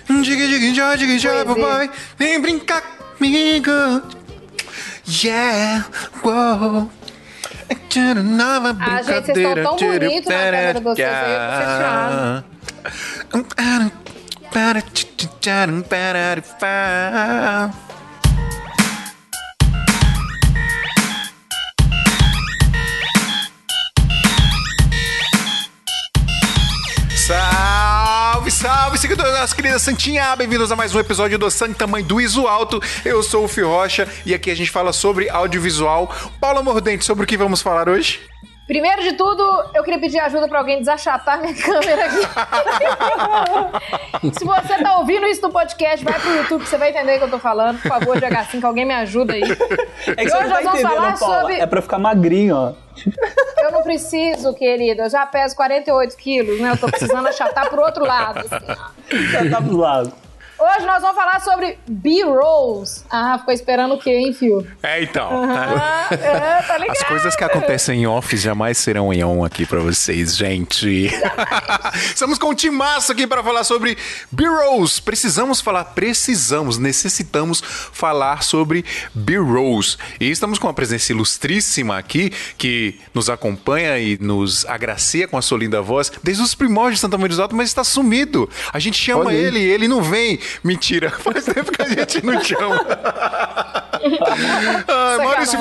Papai, vem brincar comigo. Yeah, wow. Nova brincadeira. Gente, vocês estão tão bonitos na câmera de vocês aí, eu tô chateado. Salve, salve, seguidores da nossa querida Santinha! Bem-vindos a mais um episódio do Santo Tamanho do Iso Alto. Eu sou o Fio Rocha e aqui a gente fala sobre audiovisual. Paula Mordente, sobre o que vamos falar hoje? Primeiro de tudo, eu queria pedir ajuda pra alguém desachatar minha câmera aqui. Se você tá ouvindo isso no podcast, vai pro YouTube que você vai entender o que eu tô falando. Por favor, GH5, alguém me ajuda aí. É que você não tá entendendo, Paula. Sobre... É pra ficar magrinho, ó. Eu não preciso, querida. Eu já peso 48 quilos, né? Eu tô precisando achatar pro outro lado. Assim, achatar pro lado. Hoje nós vamos falar sobre B-rolls. Ah, ficou esperando o quê, hein, Fio? Então. Tá ligado. As coisas que acontecem em off jamais serão em on aqui pra vocês, gente. Estamos com um timaço aqui para falar sobre B-rolls. Necessitamos falar sobre B-rolls. E estamos com uma presença ilustríssima aqui, que nos acompanha e nos agracia com a sua linda voz desde os primórdios de Santa Maria dos Altos, mas está sumido. A gente chama ele e ele não vem. Mentira, faz tempo que a gente não chama. Maurício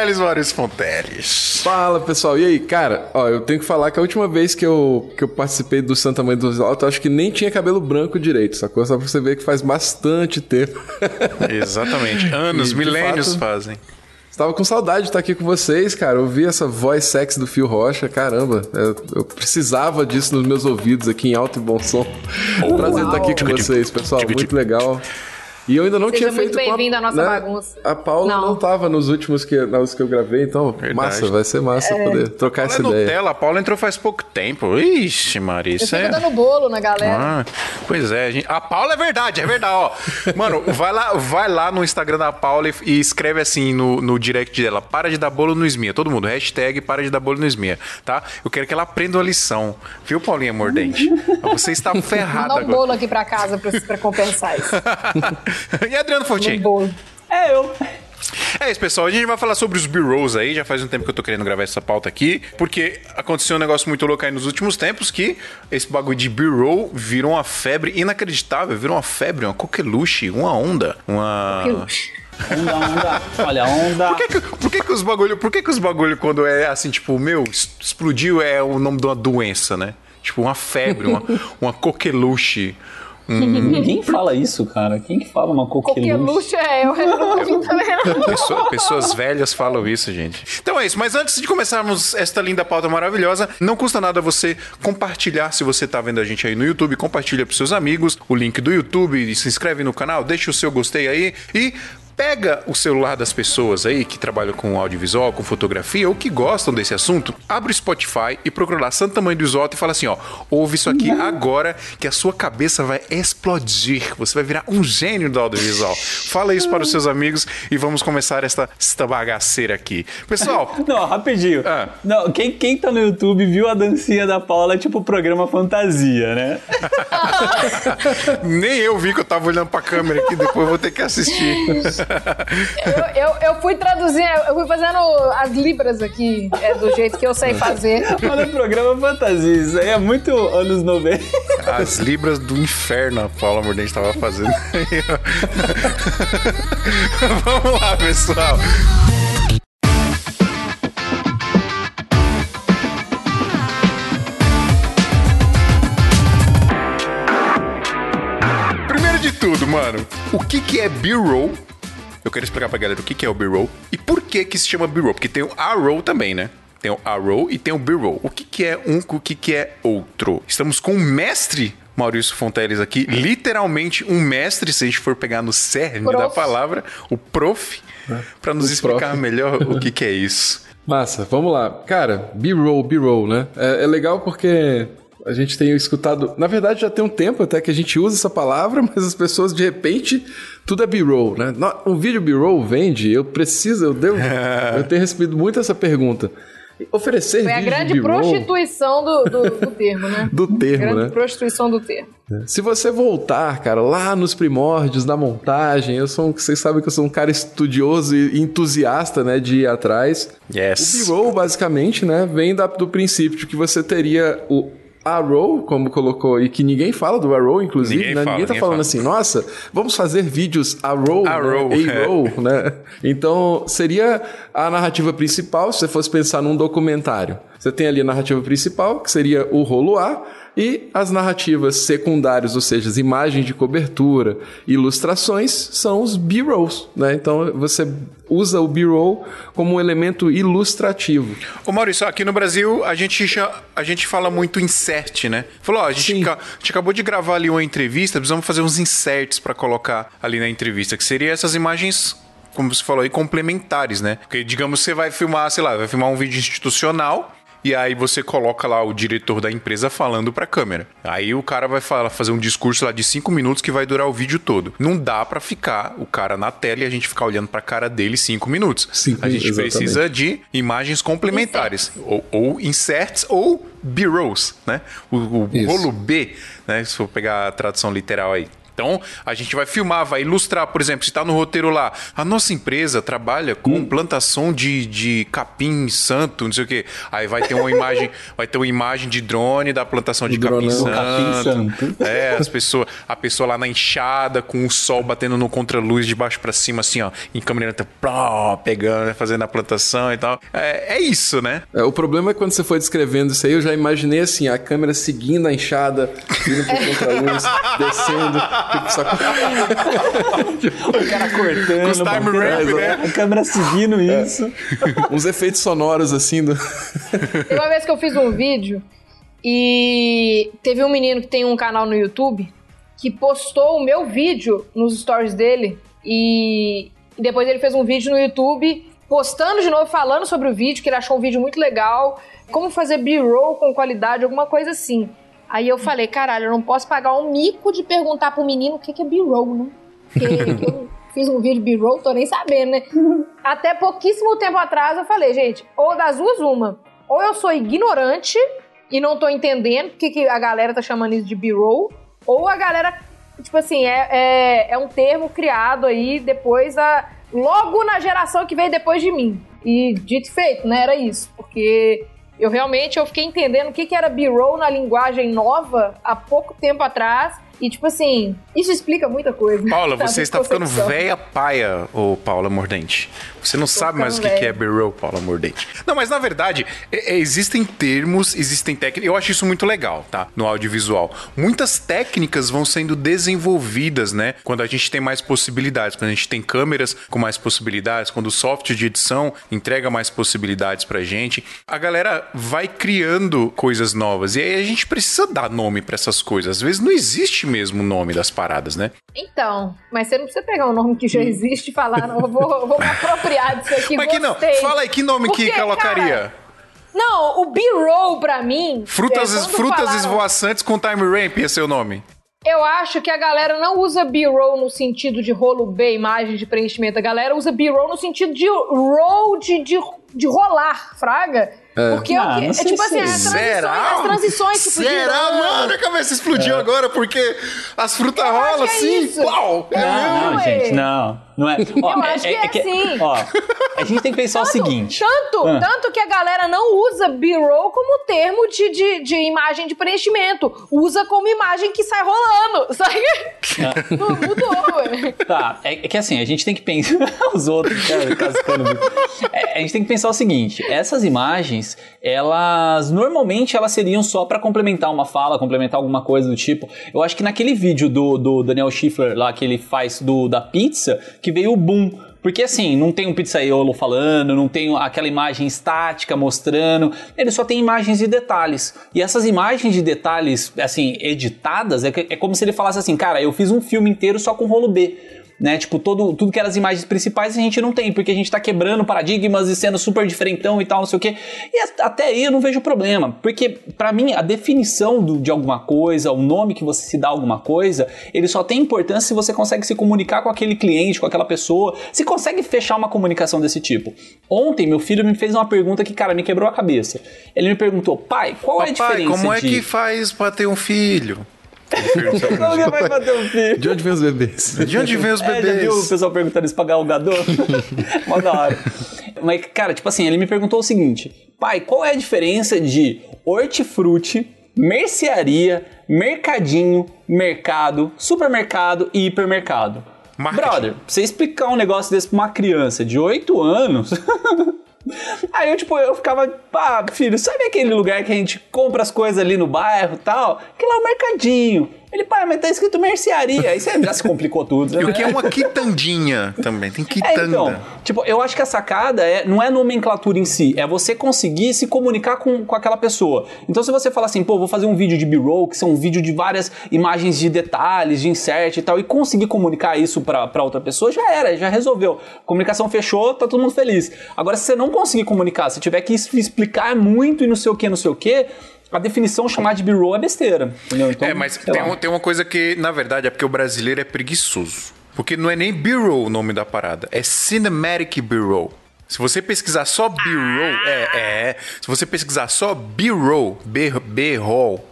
Fonteles. Fala, pessoal. E aí, cara, ó, eu tenho que falar que a última vez que eu participei do Santa Mãe dos Altos, eu acho que nem tinha cabelo branco direito, sacou? Só pra você ver que faz bastante tempo. Exatamente. Anos, milênios fazem. Estava com saudade de estar aqui com vocês, cara. Eu ouvi essa voz sexy do Fio Rocha, caramba. Eu precisava disso nos meus ouvidos aqui em alto e bom som. Prazer estar aqui com vocês, pessoal. Muito legal. E eu ainda não tinha feito... Seja muito bem-vindo à nossa bagunça. A Paula não estava nos últimos que eu gravei, então vai ser massa poder trocar essa ideia. Nutella, a Paula entrou faz pouco tempo. Ixi, Maria, isso é... dando bolo na galera. Pois é, gente. A Paula é verdade, ó. Mano, vai lá no Instagram da Paula e escreve assim no direct dela, para de dar bolo no Esmia. Todo mundo, hashtag para de dar bolo no Esmia, tá? Eu quero que ela aprenda uma lição. Viu, Paulinha Mordente? Você está ferrada agora. Mandar um bolo aqui pra casa pra compensar isso. E Adriano Fortin? É isso, pessoal. A gente vai falar sobre os B-rolls aí. Já faz um tempo que eu tô querendo gravar essa pauta aqui, porque aconteceu um negócio muito louco aí nos últimos tempos, que esse bagulho de B-roll virou uma febre inacreditável. Virou uma febre, uma coqueluche, uma onda, uma... Onda. Olha, onda. Por que os bagulho quando é assim, tipo, explodiu é o nome de uma doença, né? Tipo, uma febre, uma coqueluche. Quem fala isso, cara? Quem que fala uma coqueluche? Coqueluche eu não ouvi também. Pessoas velhas falam isso, gente. Então é isso, mas antes de começarmos esta linda pauta maravilhosa, não custa nada você compartilhar, se você tá vendo a gente aí no YouTube, compartilha pros seus amigos, o link do YouTube, se inscreve no canal, deixa o seu gostei aí e... Pega o celular das pessoas aí que trabalham com audiovisual, com fotografia ou que gostam desse assunto, abre o Spotify e procura lá Santo Tamanho do Iso Alto e fala assim, ó, ouve isso aqui agora que a sua cabeça vai explodir, você vai virar um gênio do audiovisual. Fala isso para os seus amigos e vamos começar esta bagaceira aqui. Pessoal... Não, rapidinho. Não, quem tá no YouTube viu a dancinha da Paula, tipo programa fantasia, né? Nem eu vi que eu tava olhando pra câmera aqui, depois eu vou ter que assistir. Eu fui traduzir, eu fui fazendo as libras aqui, do jeito que eu sei fazer. Olha o programa fantasia, isso aí é muito anos 90. As libras do inferno, a Paula Mordente estava fazendo. Vamos lá, pessoal. Primeiro de tudo, mano, o que é B-roll? Eu quero explicar pra galera o que é o B-roll e por que se chama B-roll. Porque tem o A-roll também, né? Tem o A-roll e tem o B-roll. O que é um, o que é outro? Estamos com o mestre Maurício Fonteles aqui, literalmente um mestre, se a gente for pegar no cerne da palavra, o prof, pra nos explicar melhor o que é isso. Massa, vamos lá. Cara, B-roll, né? É legal porque... A gente tem escutado... Na verdade, já tem um tempo até que a gente usa essa palavra, mas as pessoas, de repente, tudo é B-roll, né? Um vídeo B-roll vende? Eu tenho recebido muito essa pergunta. Oferecer Foi a grande prostituição do termo, né? Do termo, né? Grande prostituição do termo. Se você voltar, cara, lá nos primórdios da montagem, vocês sabem que eu sou um cara estudioso e entusiasta, né, de ir atrás. Yes. O B-roll, basicamente, né, vem do princípio de que você teria o A-roll, como colocou, e que ninguém fala do A-roll, inclusive, ninguém tá falando assim, nossa, vamos fazer vídeos A-roll, A-roll, né? Então, seria a narrativa principal, se você fosse pensar num documentário. Você tem ali a narrativa principal, que seria o rolo A, e as narrativas secundárias, ou seja, as imagens de cobertura, ilustrações, são os B-rolls, né? Então, você usa o B-roll como um elemento ilustrativo. Ô Maurício, aqui no Brasil, a gente fala muito insert, né? Falou, a gente acabou de gravar ali uma entrevista, precisamos fazer uns inserts para colocar ali na entrevista, que seria essas imagens, como você falou aí, complementares, né? Porque, digamos, você vai filmar, sei lá, vai filmar um vídeo institucional, e aí você coloca lá o diretor da empresa falando pra câmera. Aí o cara vai fazer um discurso lá de 5 minutos que vai durar o vídeo todo. Não dá pra ficar o cara na tela e a gente ficar olhando pra cara dele 5 minutos. A gente precisa de imagens complementares. Ou inserts ou B-rolls, né? O rolo B, né? Se for pegar a tradução literal aí. Então, a gente vai filmar, vai ilustrar, por exemplo, se está no roteiro lá, a nossa empresa trabalha com plantação de capim santo, não sei o quê. Aí vai ter uma imagem de drone da plantação de capim santo. A pessoa lá na enxada, com o sol batendo no contraluz de baixo para cima, assim, ó, em câmera lenta, pegando, fazendo a plantação e tal. É isso, né? O problema é quando você foi descrevendo isso aí, eu já imaginei assim, a câmera seguindo a enxada, indo pro contraluz, descendo. O cara cortando, com os time ramp, né? A câmera seguindo isso. Uns efeitos sonoros assim. Tem uma vez que eu fiz um vídeo e teve um menino que tem um canal no YouTube que postou o meu vídeo nos stories dele e depois ele fez um vídeo no YouTube postando de novo, falando sobre o vídeo, que ele achou um vídeo muito legal, como fazer B-roll com qualidade, alguma coisa assim. Aí eu falei, caralho, eu não posso pagar um mico de perguntar pro menino o que é B-roll, né? Porque eu fiz um vídeo B-roll, tô nem sabendo, né? Até pouquíssimo tempo atrás eu falei, gente, ou das duas uma, ou eu sou ignorante e não tô entendendo porque que a galera tá chamando isso de B-roll, ou a galera, tipo assim, é um termo criado aí depois logo na geração que veio depois de mim. E dito e feito, né? Era isso, porque... Eu fiquei entendendo o que era B-roll na linguagem nova há pouco tempo atrás. E, tipo assim, isso explica muita coisa. Paula, você está ficando véia paia, ô Paula Mordente. Você não sabe mais o que é B-roll, Paula Mordente. Não, mas na verdade, existem termos, existem técnicas. Eu acho isso muito legal, tá? No audiovisual. Muitas técnicas vão sendo desenvolvidas, né? Quando a gente tem mais possibilidades. Quando a gente tem câmeras com mais possibilidades. Quando o software de edição entrega mais possibilidades pra gente. A galera vai criando coisas novas. E aí a gente precisa dar nome pra essas coisas. Às vezes não existe mesmo o nome das paradas, né? Então, mas você não precisa pegar um nome que já existe e falar, não, eu vou me apropriar disso aqui. Mas que não, fala aí, que nome que colocaria? Cara, não, o B-roll pra mim... Frutas esvoaçantes com time ramp ia ser o nome. Eu acho que a galera não usa B-roll no sentido de rolo B, imagem de preenchimento. A galera usa B-roll no sentido de roll, de rolar, fraga. Porque tipo assim, as transições tipo, será, mano? A cabeça explodiu agora porque as frutas rolam assim. Uau! Não, gente, não é. Ó, eu acho que é assim. Ó, a gente tem que pensar o seguinte. Tanto que a galera não usa B-roll como termo de imagem de preenchimento. Usa como imagem que sai rolando. Não mudou, ué. Tá, é que assim, a gente tem que pensar... Os outros, cara, cascando. A gente tem que pensar o seguinte. Essas imagens, normalmente elas seriam só pra complementar uma fala, complementar alguma coisa do tipo. Eu acho que naquele vídeo do Daniel Schiffler lá, que ele faz da pizza, que veio o boom. Porque assim, não tem um pizzaiolo falando, não tem aquela imagem estática mostrando, ele só tem imagens de detalhes. E essas imagens de detalhes, assim, editadas, é como se ele falasse assim, cara, eu fiz um filme inteiro só com rolo B. Né? Tipo, tudo que eram as imagens principais a gente não tem, porque a gente tá quebrando paradigmas e sendo super diferentão e tal, não sei o quê. E até aí eu não vejo problema, porque pra mim a definição de alguma coisa, o nome que você se dá a alguma coisa, ele só tem importância se você consegue se comunicar com aquele cliente, com aquela pessoa, se consegue fechar uma comunicação desse tipo. Ontem, meu filho me fez uma pergunta que, cara, me quebrou a cabeça. Ele me perguntou, pai, qual é a diferença como é que faz pra ter um filho? Como que vai bater um filho? De onde vem os bebês? De onde vem os bebês? Já viu o pessoal perguntando isso pra galgador? Mó da hora. Mas, cara, tipo assim, ele me perguntou o seguinte, pai, qual é a diferença de hortifruti, mercearia, mercadinho, mercado, supermercado e hipermercado? Marketing. Brother, pra você explicar um negócio desse pra uma criança de 8 anos... Aí eu ficava, pá, filho, sabe aquele lugar que a gente compra as coisas ali no bairro e tal? Que lá é o mercadinho. Ele, pai, mas tá escrito mercearia. Aí você já se complicou tudo. E o que é uma quitandinha também? Tem quitanda. Então, eu acho que a sacada não é nomenclatura em si, é você conseguir se comunicar com aquela pessoa. Então, se você fala assim, pô, vou fazer um vídeo de B-roll, que são um vídeo de várias imagens de detalhes, de insert e tal, e conseguir comunicar isso pra outra pessoa, já era, já resolveu. Comunicação fechou, tá todo mundo feliz. Agora, se você não conseguir comunicar, se tiver que explicar muito e não sei o que, a definição chamar de B-roll é besteira. Entendeu? Então, mas tem uma coisa que, na verdade, é porque o brasileiro é preguiçoso. Porque não é nem B-roll o nome da parada, é Cinematic B-roll. Se você pesquisar só B-roll, se você pesquisar só B-roll, B-roll,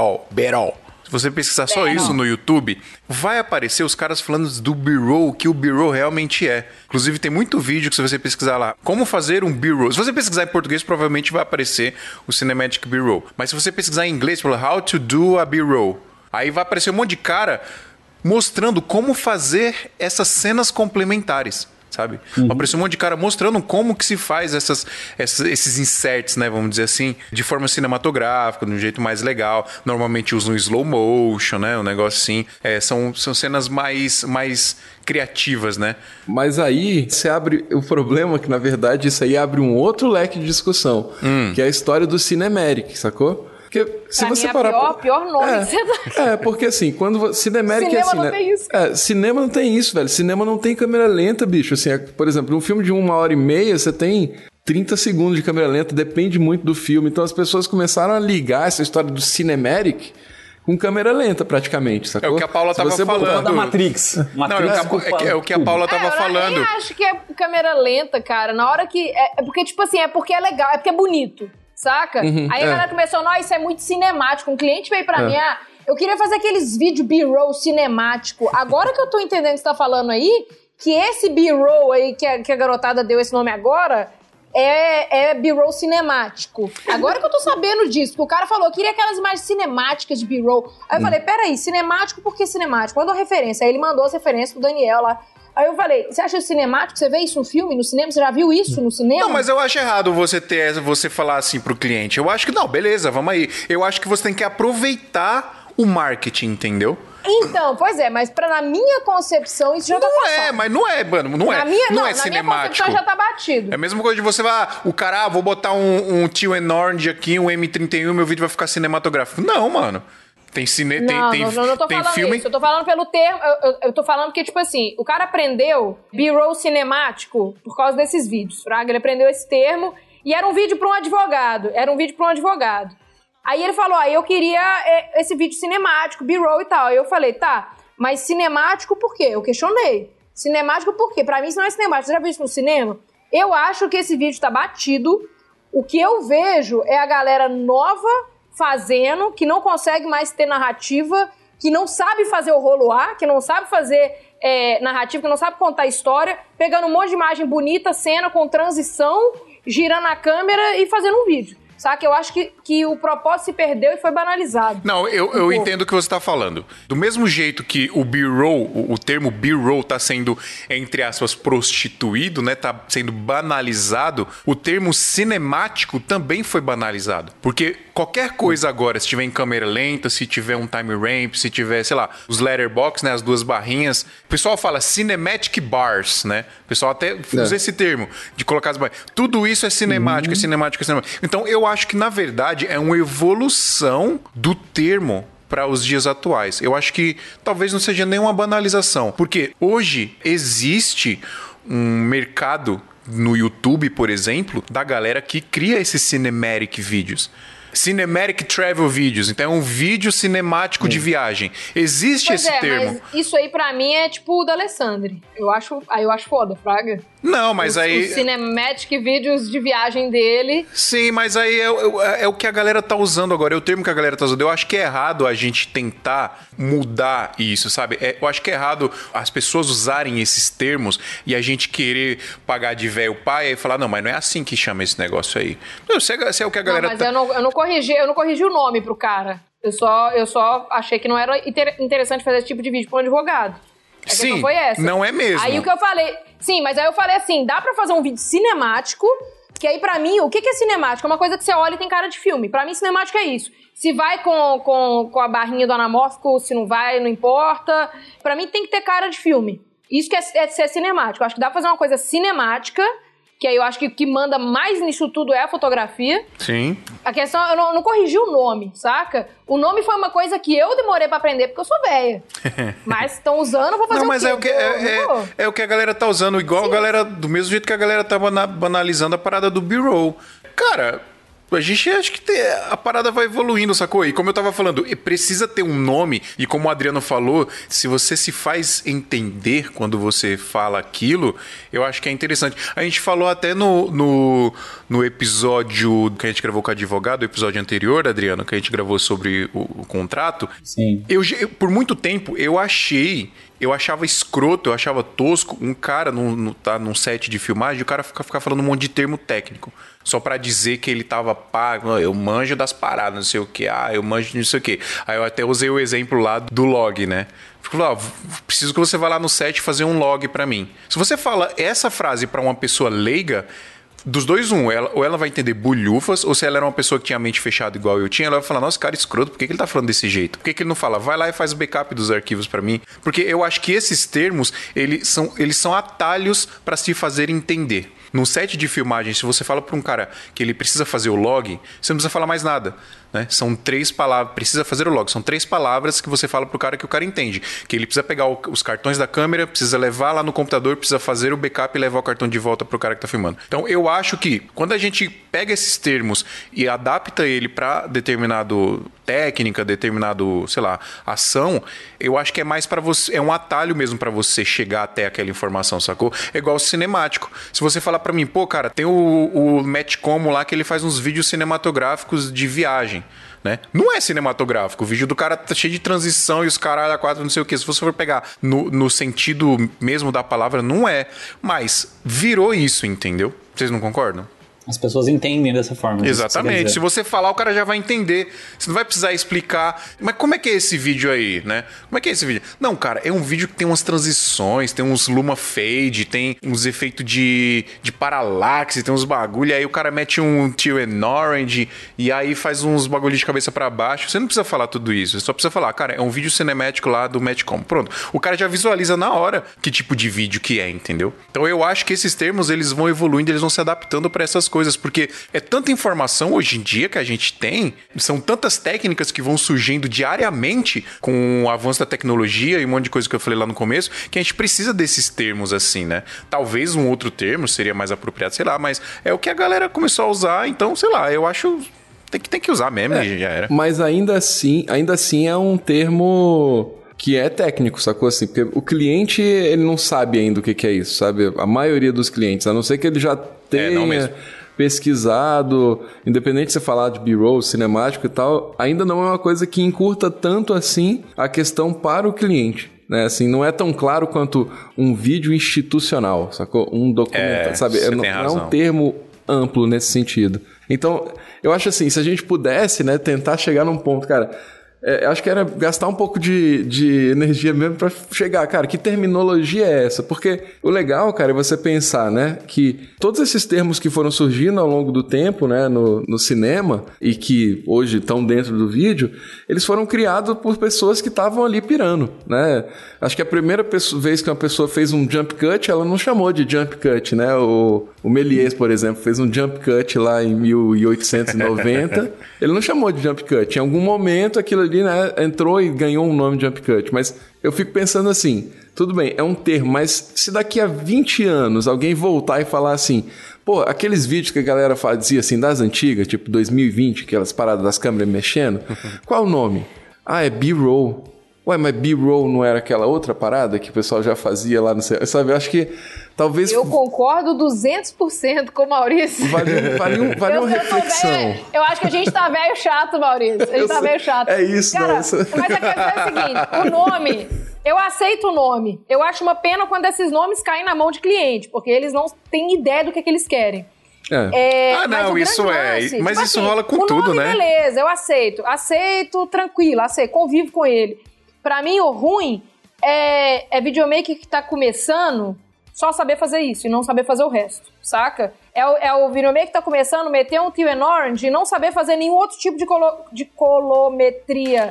se você pesquisar só isso no YouTube, vai aparecer os caras falando do B-roll, que o B-roll realmente é. Inclusive, tem muito vídeo que se você pesquisar lá, como fazer um B-roll. Se você pesquisar em português, provavelmente vai aparecer o Cinematic B-roll. Mas se você pesquisar em inglês, fala How to do a B-roll. Aí vai aparecer um monte de cara mostrando como fazer essas cenas complementares. Sabe? Apareceu um monte de cara mostrando como que se faz esses inserts, né? Vamos dizer assim, de forma cinematográfica, de um jeito mais legal. Normalmente usam slow motion, né? Um negócio assim. São cenas mais criativas, né? Mas aí você abre o problema que, na verdade, isso aí abre um outro leque de discussão, que é a história do Cinematic, sacou? Porque se pra você mim parar... pior nome que você dá. Porque assim, quando Cinematic Cinema é assim, não né? tem isso. Cinema não tem isso, velho. Cinema não tem câmera lenta, bicho. Assim, por exemplo, um filme de 1h30, você tem 30 segundos de câmera lenta, depende muito do filme. Então as pessoas começaram a ligar essa história do Cinematic com câmera lenta, praticamente, sacou? É o que a Paula tava falando. Da Matrix. É o que a Paula tava falando. Eu acho que é câmera lenta, cara. Na hora que... É porque, tipo assim, é porque é legal, é porque é bonito. Saca? Aí a galera começou, isso é muito cinemático. Um cliente veio pra mim, eu queria fazer aqueles vídeos B-roll cinemático. Agora que eu tô entendendo o que você tá falando aí, que esse B-roll aí, que a garotada deu esse nome agora, é B-roll cinemático. Agora que eu tô sabendo disso, porque o cara falou, eu queria aquelas imagens cinemáticas de B-roll. Aí eu falei, peraí, cinemático, por que cinemático? Manda uma referência. Aí ele mandou as referências pro Daniel lá. Aí eu falei, você acha cinemático? Você vê isso no filme, no cinema? Você já viu isso no cinema? Não, mas eu acho errado você falar assim pro cliente. Eu acho que não, beleza, vamos aí. Eu acho que você tem que aproveitar o marketing, entendeu? Então, pois é, mas na minha concepção isso já tá passado. Mas não é, mano, não é cinemático. Na minha concepção já tá batido. É a mesma coisa de você falar, o cara, vou botar um Tio Orange aqui, um M31, meu vídeo vai ficar cinematográfico. Não, mano. Tem não tô falando filme... isso. Eu tô falando pelo termo. Eu tô falando que, tipo assim, o cara aprendeu B-roll cinemático por causa desses vídeos, fraga. Ele aprendeu esse termo e era um vídeo pra um advogado. Aí ele falou, eu queria esse vídeo cinemático, B-roll e tal. Aí eu falei, tá, mas cinemático por quê? Eu questionei. Cinemático por quê? Pra mim isso não é cinemático. Você já viu isso no cinema? Eu acho que esse vídeo tá batido. O que eu vejo é a galera nova fazendo, que não consegue mais ter narrativa, que não sabe fazer o rolo A, que não sabe fazer narrativa, que não sabe contar história, pegando um monte de imagem bonita, cena com transição, girando a câmera e fazendo um vídeo. Saca? Eu acho que o propósito se perdeu e foi banalizado. Não, eu entendo o que você tá falando. Do mesmo jeito que o B-roll, o termo B-roll tá sendo, entre aspas, prostituído, né? Tá sendo banalizado, o termo cinemático também foi banalizado. Porque qualquer coisa agora, se tiver em câmera lenta, se tiver um time ramp, se tiver, sei lá, os letterbox, né? As duas barrinhas. O pessoal fala cinematic bars, né? O pessoal até usa esse termo de colocar as barrinhas. Tudo isso é cinemático, é cinemático, é cinemático. Então, eu acho que, na verdade, é uma evolução do termo para os dias atuais. Eu acho que talvez não seja nenhuma banalização, porque hoje existe um mercado no YouTube, por exemplo, da galera que cria esses cinematic vídeos. Cinematic Travel Videos. Então é um vídeo cinemático de viagem. Existe esse termo. Mas isso aí pra mim é tipo o da Alessandri. Eu acho foda, fraga. Não, mas aí... Os cinematic vídeos de viagem dele. Sim, mas aí é o que a galera tá usando agora. É o termo que a galera tá usando. Eu acho que é errado a gente tentar mudar isso, sabe? Eu acho que é errado as pessoas usarem esses termos e a gente querer pagar de velho pai e falar, não, mas não é assim que chama esse negócio aí. Não, se é o que a galera... Não, mas eu não corrigi o nome pro cara. Eu só achei que não era interessante fazer esse tipo de vídeo pro advogado. A questão Sim, foi essa. não é mesmo. Aí o que eu falei... Sim, mas aí eu falei assim, dá pra fazer um vídeo cinemático, que aí pra mim, o que é cinemático? É uma coisa que você olha e tem cara de filme. Pra mim, cinemático é isso. Se vai com a barrinha do anamórfico, se não vai, não importa. Pra mim tem que ter cara de filme. Isso que é ser cinemático. Eu acho que dá pra fazer uma coisa cinemática, que aí eu acho que o que manda mais nisso tudo é a fotografia. Sim. A questão, eu não corrigi o nome, saca? O nome foi uma coisa que eu demorei pra aprender, porque eu sou velha. Mas estão usando, eu vou fazer o quê? É o que a galera tá usando, igual a galera, do mesmo jeito que a galera tá banalizando a parada do B-roll. Cara... A gente acha que a parada vai evoluindo, sacou? E como eu tava falando, precisa ter um nome. E como o Adriano falou, se você se faz entender quando você fala aquilo, eu acho que é interessante. A gente falou até no episódio que a gente gravou com o advogado, o episódio anterior, Adriano, que a gente gravou sobre o contrato. Sim. Por muito tempo, eu achava escroto, eu achava tosco um cara num set de filmagem, o cara ficar falando um monte de termo técnico. Só pra dizer que ele tava pago, eu manjo das paradas, não sei o que, eu manjo de não sei o que. Aí eu até usei o exemplo lá do log, né? Falei, preciso que você vá lá no set fazer um log pra mim. Se você fala essa frase pra uma pessoa leiga, dos dois, ou ela vai entender bulhufas, ou se ela era uma pessoa que tinha a mente fechada igual eu tinha, ela vai falar, nossa, cara escroto, por que ele tá falando desse jeito? Por que ele não fala, vai lá e faz o backup dos arquivos pra mim? Porque eu acho que esses termos, eles são atalhos pra se fazer entender. Num set de filmagem, se você fala pra um cara que ele precisa fazer o log, você não precisa falar mais nada. Né? São 3 palavras, precisa fazer o log, são 3 palavras que você fala pro cara que o cara entende. Que ele precisa pegar os cartões da câmera, precisa levar lá no computador, precisa fazer o backup e levar o cartão de volta pro cara que tá filmando. Então eu acho que quando a gente pega esses termos e adapta ele pra determinado técnica, determinado, sei lá, ação, eu acho que é mais pra você, é um atalho mesmo pra você chegar até aquela informação, sacou? É igual o cinemático. Se você falar pra mim, pô, cara, tem o Matt Como lá que ele faz uns vídeos cinematográficos de viagem. Né? Não é cinematográfico, o vídeo do cara tá cheio de transição e os caralho a 4, não sei o que. Se você for pegar no sentido mesmo da palavra, não é. Mas virou isso, entendeu? Vocês não concordam? As pessoas entendem dessa forma. Exatamente. Se você falar, o cara já vai entender. Você não vai precisar explicar. Mas como é que é esse vídeo aí, né? Como é que é esse vídeo? Não, cara, é um vídeo que tem umas transições, tem uns luma fade, tem uns efeitos de paralaxe, tem uns bagulho. Aí o cara mete um teal and orange e aí faz uns bagulho de cabeça pra baixo. Você não precisa falar tudo isso. Você só precisa falar, cara, é um vídeo cinemático lá do Matchcom. Pronto. O cara já visualiza na hora que tipo de vídeo que é, entendeu? Então eu acho que esses termos, eles vão evoluindo, eles vão se adaptando pra essas coisas, porque é tanta informação hoje em dia que a gente tem, são tantas técnicas que vão surgindo diariamente com o avanço da tecnologia e um monte de coisa que eu falei lá no começo, que a gente precisa desses termos assim, né? Talvez um outro termo seria mais apropriado, sei lá, mas é o que a galera começou a usar, então, sei lá, eu acho... Tem que usar mesmo, e já era. Mas ainda assim é um termo... que é técnico, sacou assim? Porque o cliente, ele não sabe ainda o que é isso, sabe? A maioria dos clientes, a não ser que ele já tenha pesquisado, independente de você falar de B-roll, cinemático e tal, ainda não é uma coisa que encurta tanto assim a questão para o cliente. Né? Assim, não é tão claro quanto um vídeo institucional, sacou? Um documentário, sabe? Não é um termo amplo nesse sentido. Então, eu acho assim, se a gente pudesse, né, tentar chegar num ponto, cara... acho que era gastar um pouco de energia mesmo pra chegar, cara, que terminologia é essa? Porque o legal, cara, é você pensar, né, que todos esses termos que foram surgindo ao longo do tempo, né, no cinema e que hoje estão dentro do vídeo, eles foram criados por pessoas que estavam ali pirando, né? Acho que a primeira vez que uma pessoa fez um jump cut, ela não chamou de jump cut, né, o O Méliès, por exemplo, fez um jump cut lá em 1890. Ele não chamou de jump cut. Em algum momento aquilo ali, né, entrou e ganhou um nome de jump cut. Mas eu fico pensando assim, tudo bem, é um termo, mas se daqui a 20 anos alguém voltar e falar assim, pô, aqueles vídeos que a galera fazia assim das antigas, tipo 2020, aquelas paradas das câmeras mexendo, qual o nome? Ah, é B-roll. Ué, mas B-roll não era aquela outra parada que o pessoal já fazia lá no... Sabe, eu acho que talvez... Eu concordo 200% com o Maurício. Vale uma reflexão. Eu acho que a gente tá velho chato, Maurício. A gente tá velho chato. É isso, cara, nossa. Mas a questão é a seguinte, o nome... Eu aceito o nome. Eu acho uma pena quando esses nomes caem na mão de cliente, porque eles não têm ideia do que eles querem. Não, isso lance, mas tipo isso rola com tudo, nome, né? Beleza, eu aceito tranquilo, convivo com ele. Pra mim, o ruim é videomaker que tá começando só saber fazer isso e não saber fazer o resto, saca? É o videomaker que tá começando, meter um Teal and Orange e não saber fazer nenhum outro tipo de colorimetria.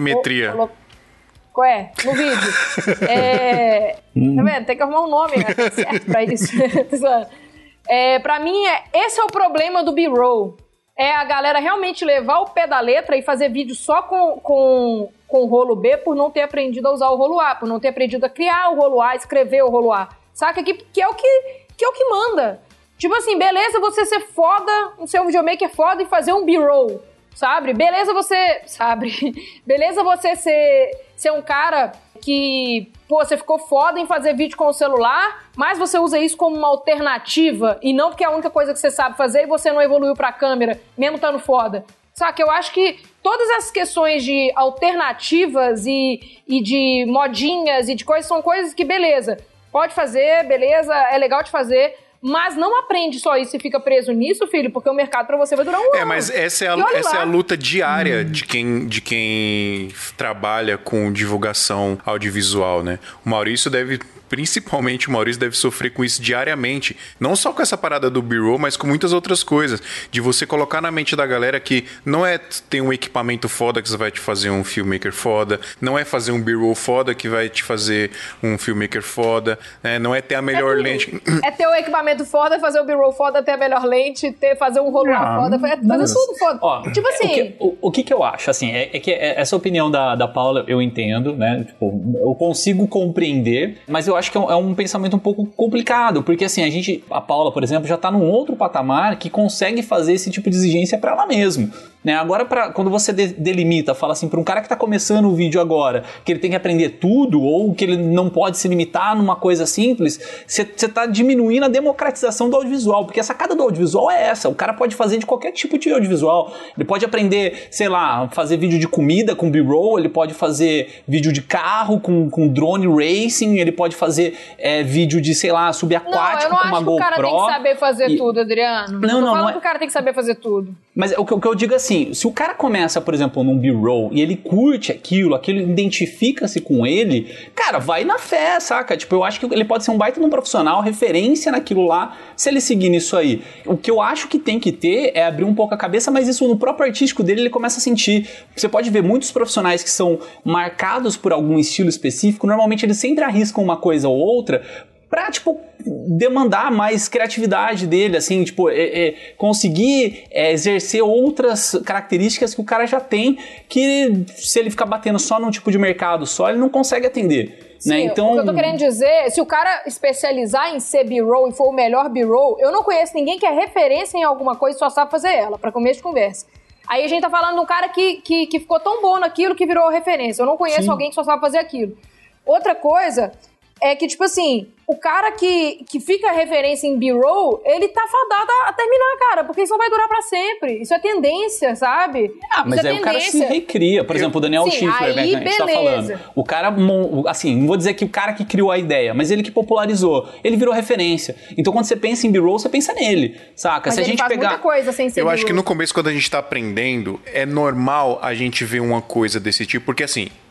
Qual é? No vídeo. Tá vendo? Tem que arrumar um nome certo pra isso. Pra mim, esse é o problema do B-roll. É a galera realmente levar o pé da letra e fazer vídeo só com o rolo B por não ter aprendido a usar o rolo A, por não ter aprendido a criar o rolo A, escrever o rolo A. Saca? Que é o que manda. Tipo assim, beleza você ser foda, ser um videomaker foda e fazer um B-roll. Sabe? Beleza você ser um cara que, pô, você ficou foda em fazer vídeo com o celular, mas você usa isso como uma alternativa e não porque é a única coisa que você sabe fazer e você não evoluiu pra câmera, mesmo estando foda. Saca? Eu acho que todas essas questões de alternativas e de modinhas e de coisas são coisas que, beleza, pode fazer, beleza, é legal de fazer, mas não aprende só isso e fica preso nisso, filho, porque o mercado pra você vai durar um ano. Mas essa é a luta diária de quem trabalha com divulgação audiovisual, né? Principalmente o Maurício deve sofrer com isso diariamente. Não só com essa parada do B-roll, mas com muitas outras coisas. De você colocar na mente da galera que não é ter um equipamento foda que vai te fazer um filmmaker foda, não é fazer um B-roll foda que vai te fazer um filmmaker foda, né? Não é ter a melhor lente. É ter o equipamento foda, fazer o B-roll foda, ter a melhor lente, fazer um rolo foda, fazer tudo foda. Ó, tipo assim... O que eu acho, assim, é que essa opinião da Paula eu entendo, né? Tipo, eu consigo compreender, mas eu acho que é um pensamento um pouco complicado, porque assim, a Paula, por exemplo, já tá num outro patamar que consegue fazer esse tipo de exigência pra ela mesma, né? Agora, quando você delimita, fala assim, pra um cara que tá começando o vídeo agora, que ele tem que aprender tudo, ou que ele não pode se limitar numa coisa simples, você tá diminuindo a democratização do audiovisual, porque a sacada do audiovisual é essa, o cara pode fazer de qualquer tipo de audiovisual, ele pode aprender, sei lá, fazer vídeo de comida com B-roll, ele pode fazer vídeo de carro com drone racing, ele pode fazer vídeo de, sei lá, subaquático com uma GoPro. Não, eu não acho que o cara tem que saber fazer tudo, Adriano. Não é que o cara tem que saber fazer tudo. Mas o que eu digo assim, se o cara começa, por exemplo, num B-roll e ele curte aquilo identifica-se com ele, cara, vai na fé, saca? Tipo, eu acho que ele pode ser um baita de um profissional, referência naquilo lá, se ele seguir nisso aí. O que eu acho que tem que ter é abrir um pouco a cabeça, mas isso no próprio artístico dele ele começa a sentir. Você pode ver muitos profissionais que são marcados por algum estilo específico, normalmente eles sempre arriscam uma coisa ou outra pra, tipo, demandar mais criatividade dele, assim, tipo, conseguir exercer outras características que o cara já tem, que se ele ficar batendo só num tipo de mercado só, ele não consegue atender. Sim, né? Então... o que eu tô querendo dizer, se o cara especializar em ser B-roll e for o melhor B-roll, eu não conheço ninguém que é referência em alguma coisa e só sabe fazer ela, pra começo de conversa. Aí a gente tá falando de um cara que ficou tão bom naquilo que virou referência. Eu não conheço alguém que só sabe fazer aquilo. Outra coisa é que, tipo assim, o cara que fica referência em B-roll, ele tá fadado a terminar, cara, porque isso não vai durar pra sempre. Isso é tendência, sabe? Mas isso aí o cara se recria. Por exemplo, o Daniel Schiffer, que a gente tá falando. O cara, assim, não vou dizer que o cara que criou a ideia, mas ele que popularizou. Ele virou referência. Então, quando você pensa em B-roll, você pensa nele, saca? Mas se a gente pegar muita coisa sem ser Eu B-roll. acho que no começo, quando a gente tá aprendendo, é normal a gente ver uma coisa desse tipo, porque assim,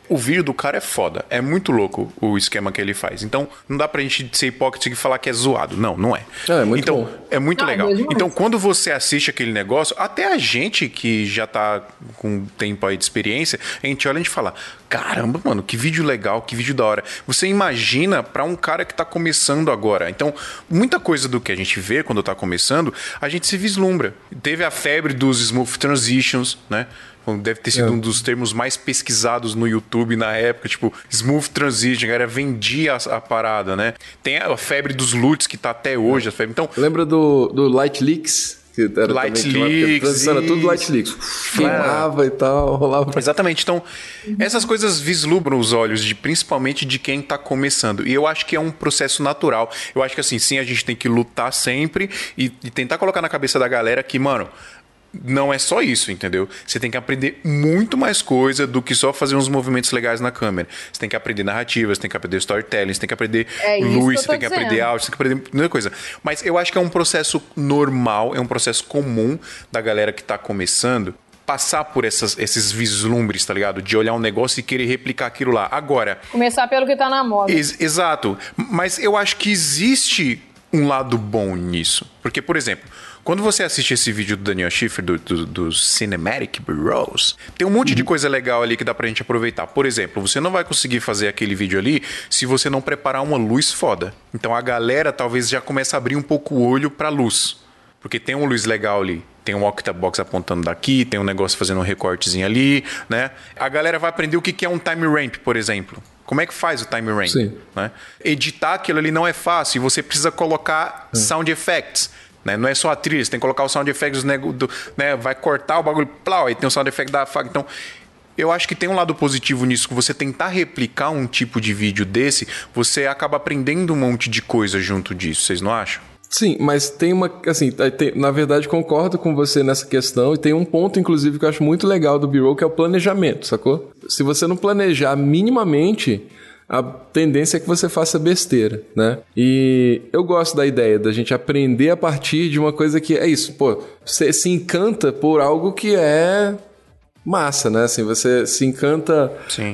O vídeo do cara é foda. É muito louco o esquema que ele faz. Então, não dá pra gente ser hipócrita e falar que é zoado. Não, não é. É muito então, bom. É muito legal. É então, quando você assiste aquele negócio, até a gente que já tá com tempo aí de experiência, a gente olha e a gente fala, caramba, mano, que vídeo legal, que vídeo da hora. Você imagina pra um cara que tá começando agora. Então, muita coisa do que a gente vê quando tá começando, a gente se vislumbra. Teve a febre dos smooth transitions, né? Deve ter sido um dos termos mais pesquisados no YouTube na época, tipo, smooth transition, a galera vendia a parada, né? Tem a febre dos LUTs, que tá até hoje, a febre. Então, lembra do Light Leaks? Que era Light Leaks. Era tudo Light Leaks. Filmava e tal, rolava. Exatamente. Então, essas coisas vislumbram os olhos, principalmente de quem tá começando. E eu acho que é um processo natural. Eu acho que, assim, sim, a gente tem que lutar sempre e tentar colocar na cabeça da galera que, mano, não é só isso, entendeu? Você tem que aprender muito mais coisa do que só fazer uns movimentos legais na câmera. Você tem que aprender narrativas, você tem que aprender storytelling, você tem que aprender luz, você tem que aprender áudio, você tem que aprender muita coisa. Mas eu acho que é um processo normal, é um processo comum da galera que tá começando passar por esses vislumbres, tá ligado? De olhar um negócio e querer replicar aquilo lá. Agora... Começar pelo que tá na moda. Exato. Mas eu acho que existe um lado bom nisso. Porque, por exemplo... Quando você assiste esse vídeo do Daniel Schiffer, do Cinematic Bureaus, tem um monte de coisa legal ali que dá pra gente aproveitar. Por exemplo, você não vai conseguir fazer aquele vídeo ali se você não preparar uma luz foda. Então a galera talvez já comece a abrir um pouco o olho pra luz. Porque tem uma luz legal ali. Tem um octabox apontando daqui, tem um negócio fazendo um recortezinho ali, né? A galera vai aprender o que é um time ramp, por exemplo. Como é que faz o time ramp? Sim. Né? Editar aquilo ali não é fácil. E você precisa colocar sound effects. Né? Não é só a trilha, você tem que colocar o sound effects, né? Vai cortar o bagulho, plau, aí tem o sound effect da faca. Então, eu acho que tem um lado positivo nisso, que você tentar replicar um tipo de vídeo desse, você acaba aprendendo um monte de coisa junto disso, vocês não acham? Sim, mas tem uma, assim, na verdade concordo com você nessa questão e tem um ponto, inclusive, que eu acho muito legal do B-Roll, que é o planejamento, sacou? Se você não planejar minimamente... a tendência é que você faça besteira, né? E eu gosto da ideia da gente aprender a partir de uma coisa que é isso, pô, você se encanta por algo que é massa, né? Assim, você se encanta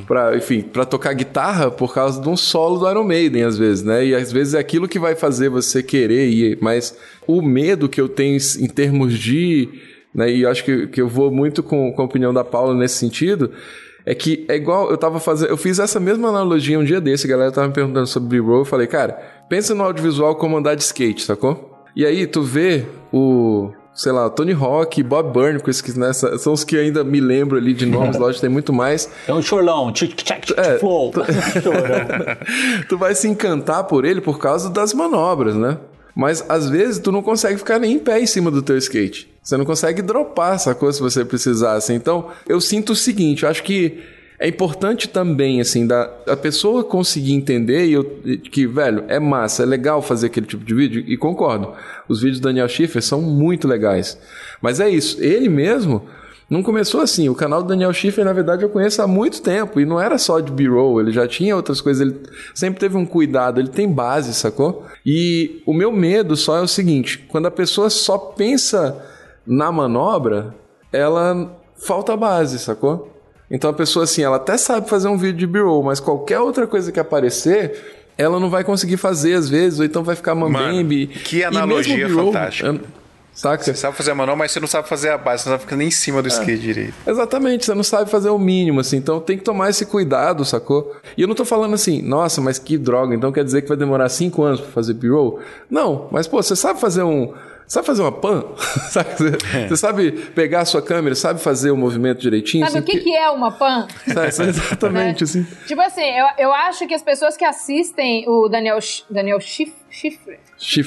pra tocar guitarra por causa de um solo do Iron Maiden, às vezes, né? E às vezes é aquilo que vai fazer você querer ir, mas o medo que eu tenho em termos de... né? E eu acho que eu vou muito com a opinião da Paula nesse sentido... é que é igual, eu fiz essa mesma analogia um dia desse, a galera tava me perguntando sobre B-Roll, eu falei, cara, pensa no audiovisual como andar de skate, sacou? E aí tu vê sei lá, Tony Hawk, Bob Burnquist, que né, são os que ainda me lembro ali de nomes, lógico, tem muito mais. É um chorlão, flow. Tu vai se encantar por ele por causa das manobras, né? Mas às vezes tu não consegue ficar nem em pé em cima do teu skate. Você não consegue dropar, sacou? Se você precisasse. Então, eu sinto o seguinte, eu acho que é importante também, assim, a pessoa conseguir entender que, velho, é massa, é legal fazer aquele tipo de vídeo, e concordo. Os vídeos do Daniel Schiffer são muito legais. Mas é isso, ele mesmo não começou assim. O canal do Daniel Schiffer, na verdade, eu conheço há muito tempo, e não era só de B-Roll, ele já tinha outras coisas, ele sempre teve um cuidado, ele tem base, sacou? E o meu medo só é o seguinte, quando a pessoa só pensa na manobra, ela falta base, sacou? Então a pessoa, assim, ela até sabe fazer um vídeo de B-Roll, mas qualquer outra coisa que aparecer, ela não vai conseguir fazer às vezes, ou então vai ficar mambembe. Que analogia fantástica. Saca? Você sabe fazer a manobra, mas você não sabe fazer a base, você não sabe ficar nem em cima do skate direito. Exatamente, você não sabe fazer o mínimo, assim, então tem que tomar esse cuidado, sacou? E eu não tô falando assim, nossa, mas que droga, então quer dizer que vai demorar 5 anos pra fazer B-Roll? Não, mas pô, você sabe fazer uma pan? Você sabe pegar a sua câmera, sabe fazer o movimento direitinho? Sabe assim, o que é uma pan? Exatamente, assim. Tipo assim, eu acho que as pessoas que assistem o Daniel Schiffer.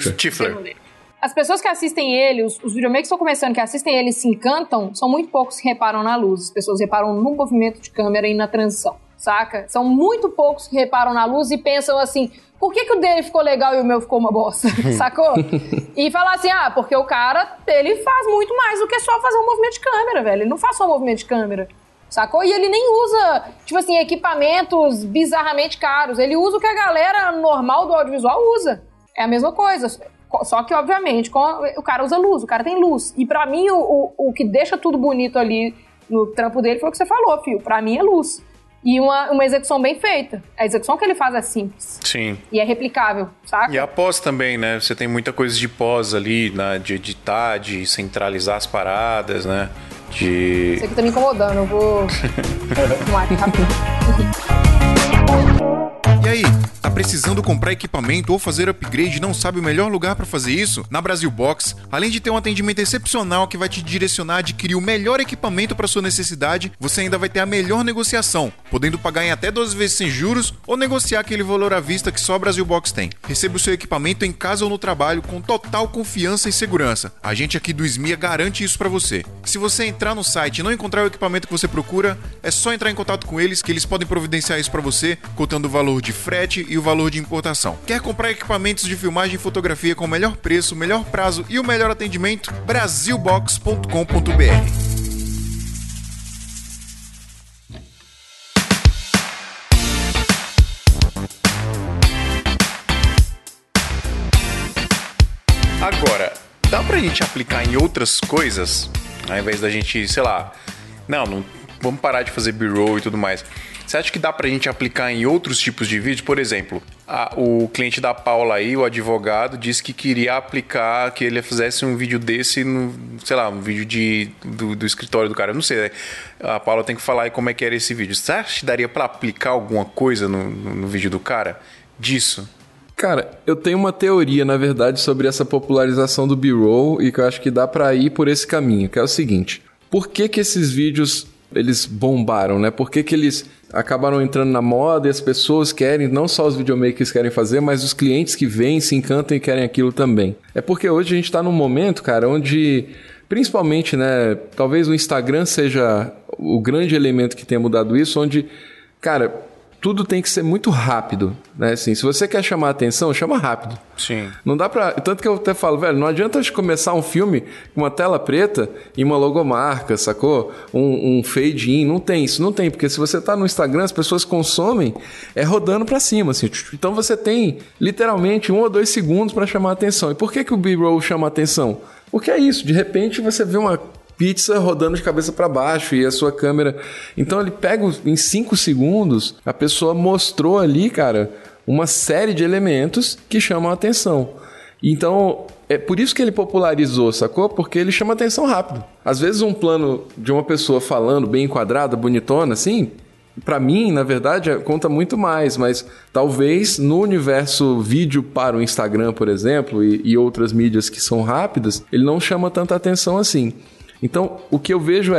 As pessoas que assistem ele, os videomakers que estão começando, que assistem ele e se encantam, são muito poucos que reparam na luz. As pessoas reparam no movimento de câmera e na transição, saca? São muito poucos que reparam na luz e pensam assim, por que o dele ficou legal e o meu ficou uma bosta, sacou? E falar assim, porque o cara, ele faz muito mais do que só fazer um movimento de câmera, velho. Ele não faz só um movimento de câmera, sacou? E ele nem usa, tipo assim, equipamentos bizarramente caros. Ele usa o que a galera normal do audiovisual usa. É a mesma coisa. Só que, obviamente, o cara usa luz, o cara tem luz. E pra mim, o que deixa tudo bonito ali no trampo dele foi o que você falou, filho. Pra mim é luz. e uma execução bem feita. A execução que ele faz é simples. Sim. E é replicável, saca? E a pós também, né? Você tem muita coisa de pós ali, né? De editar, de centralizar as paradas, né? Isso aqui tá me incomodando, eu vou... E aí, tá precisando comprar equipamento ou fazer upgrade e não sabe o melhor lugar pra fazer isso? Na Brasil Box, além de ter um atendimento excepcional que vai te direcionar a adquirir o melhor equipamento para sua necessidade, você ainda vai ter a melhor negociação, podendo pagar em até 12 vezes sem juros ou negociar aquele valor à vista que só a Brasil Box tem. Receba o seu equipamento em casa ou no trabalho com total confiança e segurança. A gente aqui do SMIA garante isso pra você. Se você entrar no site e não encontrar o equipamento que você procura, é só entrar em contato com eles que eles podem providenciar isso pra você, contando o valor de frete e o valor de importação. Quer comprar equipamentos de filmagem e fotografia com o melhor preço, melhor prazo e o melhor atendimento? Brasilbox.com.br. Agora, dá pra gente aplicar em outras coisas, ao invés da gente, sei lá, não vamos parar de fazer B-roll e tudo mais. Você acha que dá pra gente aplicar em outros tipos de vídeo? Por exemplo, o cliente da Paula aí, o advogado, disse que queria aplicar, que ele fizesse um vídeo desse, sei lá, um vídeo do escritório do cara. Eu não sei, né? A Paula tem que falar aí como é que era esse vídeo. Você acha que daria pra aplicar alguma coisa no vídeo do cara disso? Cara, eu tenho uma teoria, na verdade, sobre essa popularização do B-roll e que eu acho que dá pra ir por esse caminho, que é o seguinte. Por que esses vídeos, eles bombaram, né? Por que eles acabaram entrando na moda e as pessoas querem, não só os videomakers querem fazer, mas os clientes que vêm, se encantam e querem aquilo também? É porque hoje a gente tá num momento, cara, onde, principalmente, né, talvez o Instagram seja o grande elemento que tenha mudado isso, onde, cara, tudo tem que ser muito rápido, né? Assim, se você quer chamar a atenção, chama rápido. Sim. Não dá pra... Tanto que eu até falo, velho, não adianta começar um filme com uma tela preta e uma logomarca, sacou? Um fade-in, não tem isso, não tem. Porque se você tá no Instagram, as pessoas consomem rodando pra cima, assim. Então você tem, literalmente, 1 ou 2 segundos pra chamar a atenção. E por que o B-roll chama a atenção? Porque é isso, de repente você vê uma pizza rodando de cabeça para baixo e a sua câmera... Então ele pega em 5 segundos, a pessoa mostrou ali, cara, uma série de elementos que chamam a atenção. Então, é por isso que ele popularizou, sacou? Porque ele chama atenção rápido. Às vezes um plano de uma pessoa falando bem enquadrada, bonitona, assim, pra mim, na verdade, conta muito mais, mas talvez no universo vídeo para o Instagram, por exemplo, e outras mídias que são rápidas, ele não chama tanta atenção assim. Então, o que eu vejo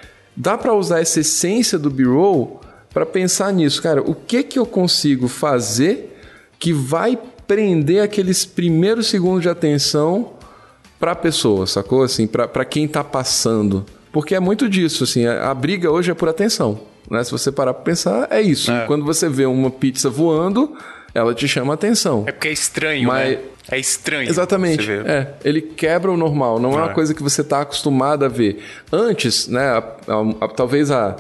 dá para usar essa essência do B-roll para pensar nisso, cara, o que eu consigo fazer que vai prender aqueles primeiros segundos de atenção para a pessoa, sacou? Assim, para quem tá passando. Porque é muito disso, assim, a briga hoje é por atenção, né? Se você parar para pensar, é isso. Quando você vê uma pizza voando, ela te chama a atenção. É porque é estranho, né? É estranho. Exatamente. Ele quebra o normal. Não é uma coisa que você está acostumado a ver. Antes, né? Talvez há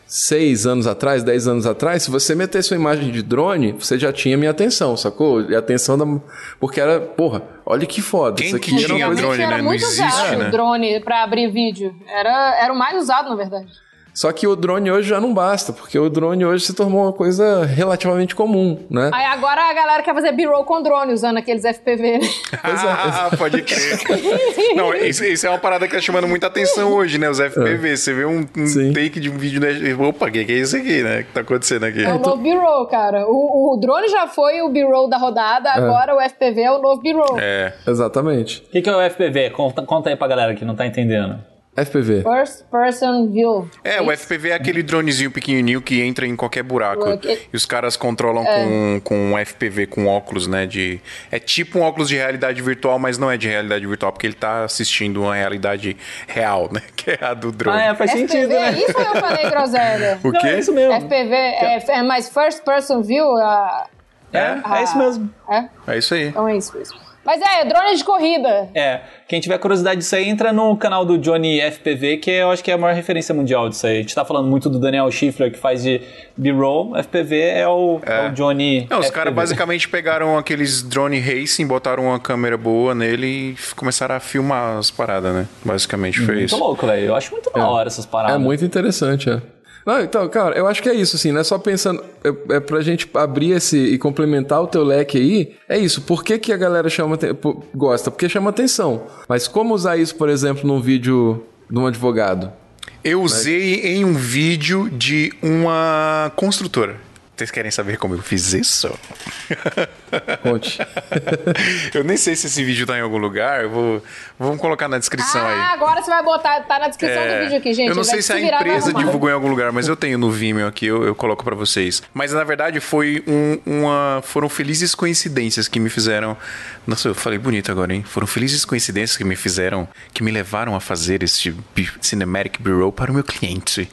6 anos atrás, 10 anos atrás, se você metesse uma imagem de drone, você já tinha minha atenção, sacou? E a atenção da... Porque era, porra, olha que foda. Quem isso aqui que tinha drone, né? Não existe, né? O drone para abrir vídeo. Era o mais usado, na verdade. Só que o drone hoje já não basta, porque o drone hoje se tornou uma coisa relativamente comum, né? Aí agora a galera quer fazer B-roll com drone, usando aqueles FPV, né? Pode crer. Não, isso é uma parada que tá chamando muita atenção hoje, né? Os FPV. Você vê um take de um vídeo, né? Opa, o que é isso aqui, né? O que tá acontecendo aqui? É o novo B-roll, cara. O drone já foi o B-roll da rodada, agora o FPV é o novo B-roll. Exatamente. O que é o FPV? Conta aí pra galera que não tá entendendo. FPV. First Person View. O FPV é aquele dronezinho pequenininho que entra em qualquer buraco. E os caras controlam com um FPV, com óculos, né? É tipo um óculos de realidade virtual, mas não é de realidade virtual, porque ele tá assistindo uma realidade real, né? Que é a do drone. Faz FPV, sentido, né? Isso eu falei, groselha. O quê? Não, é isso mesmo. FPV é mais First Person View. É isso mesmo. É isso aí. Então é isso mesmo. Mas drone de corrida. Quem tiver curiosidade disso aí, entra no canal do Johnny FPV, que eu acho que é a maior referência mundial disso aí. A gente tá falando muito do Daniel Schiffler, que faz de B-roll. FPV é o Johnny Os FPV. caras basicamente pegaram aqueles drone racing, botaram uma câmera boa nele e começaram a filmar as paradas, né? Basicamente foi isso. Muito louco, velho. Eu acho muito da hora essas paradas. É muito interessante, Não, então, cara, eu acho que é isso, assim, né? Só pensando, é pra gente abrir esse e complementar o teu leque aí, é isso. Por que a galera gosta? Porque chama atenção. Mas como usar isso, por exemplo, num vídeo de um advogado? Eu usei em um vídeo de uma construtora. Vocês querem saber como eu fiz isso? Conte. Eu nem sei se esse vídeo tá em algum lugar. Vamos colocar na descrição aí. Agora você vai botar, tá na descrição do vídeo aqui, gente. Eu não sei se a empresa divulgou em algum lugar, mas eu tenho no Vimeo aqui, eu coloco pra vocês. Mas na verdade foram felizes coincidências que me fizeram... Nossa, eu falei bonito agora, hein? Foram felizes coincidências que me levaram a fazer este Cinematic Bureau para o meu cliente.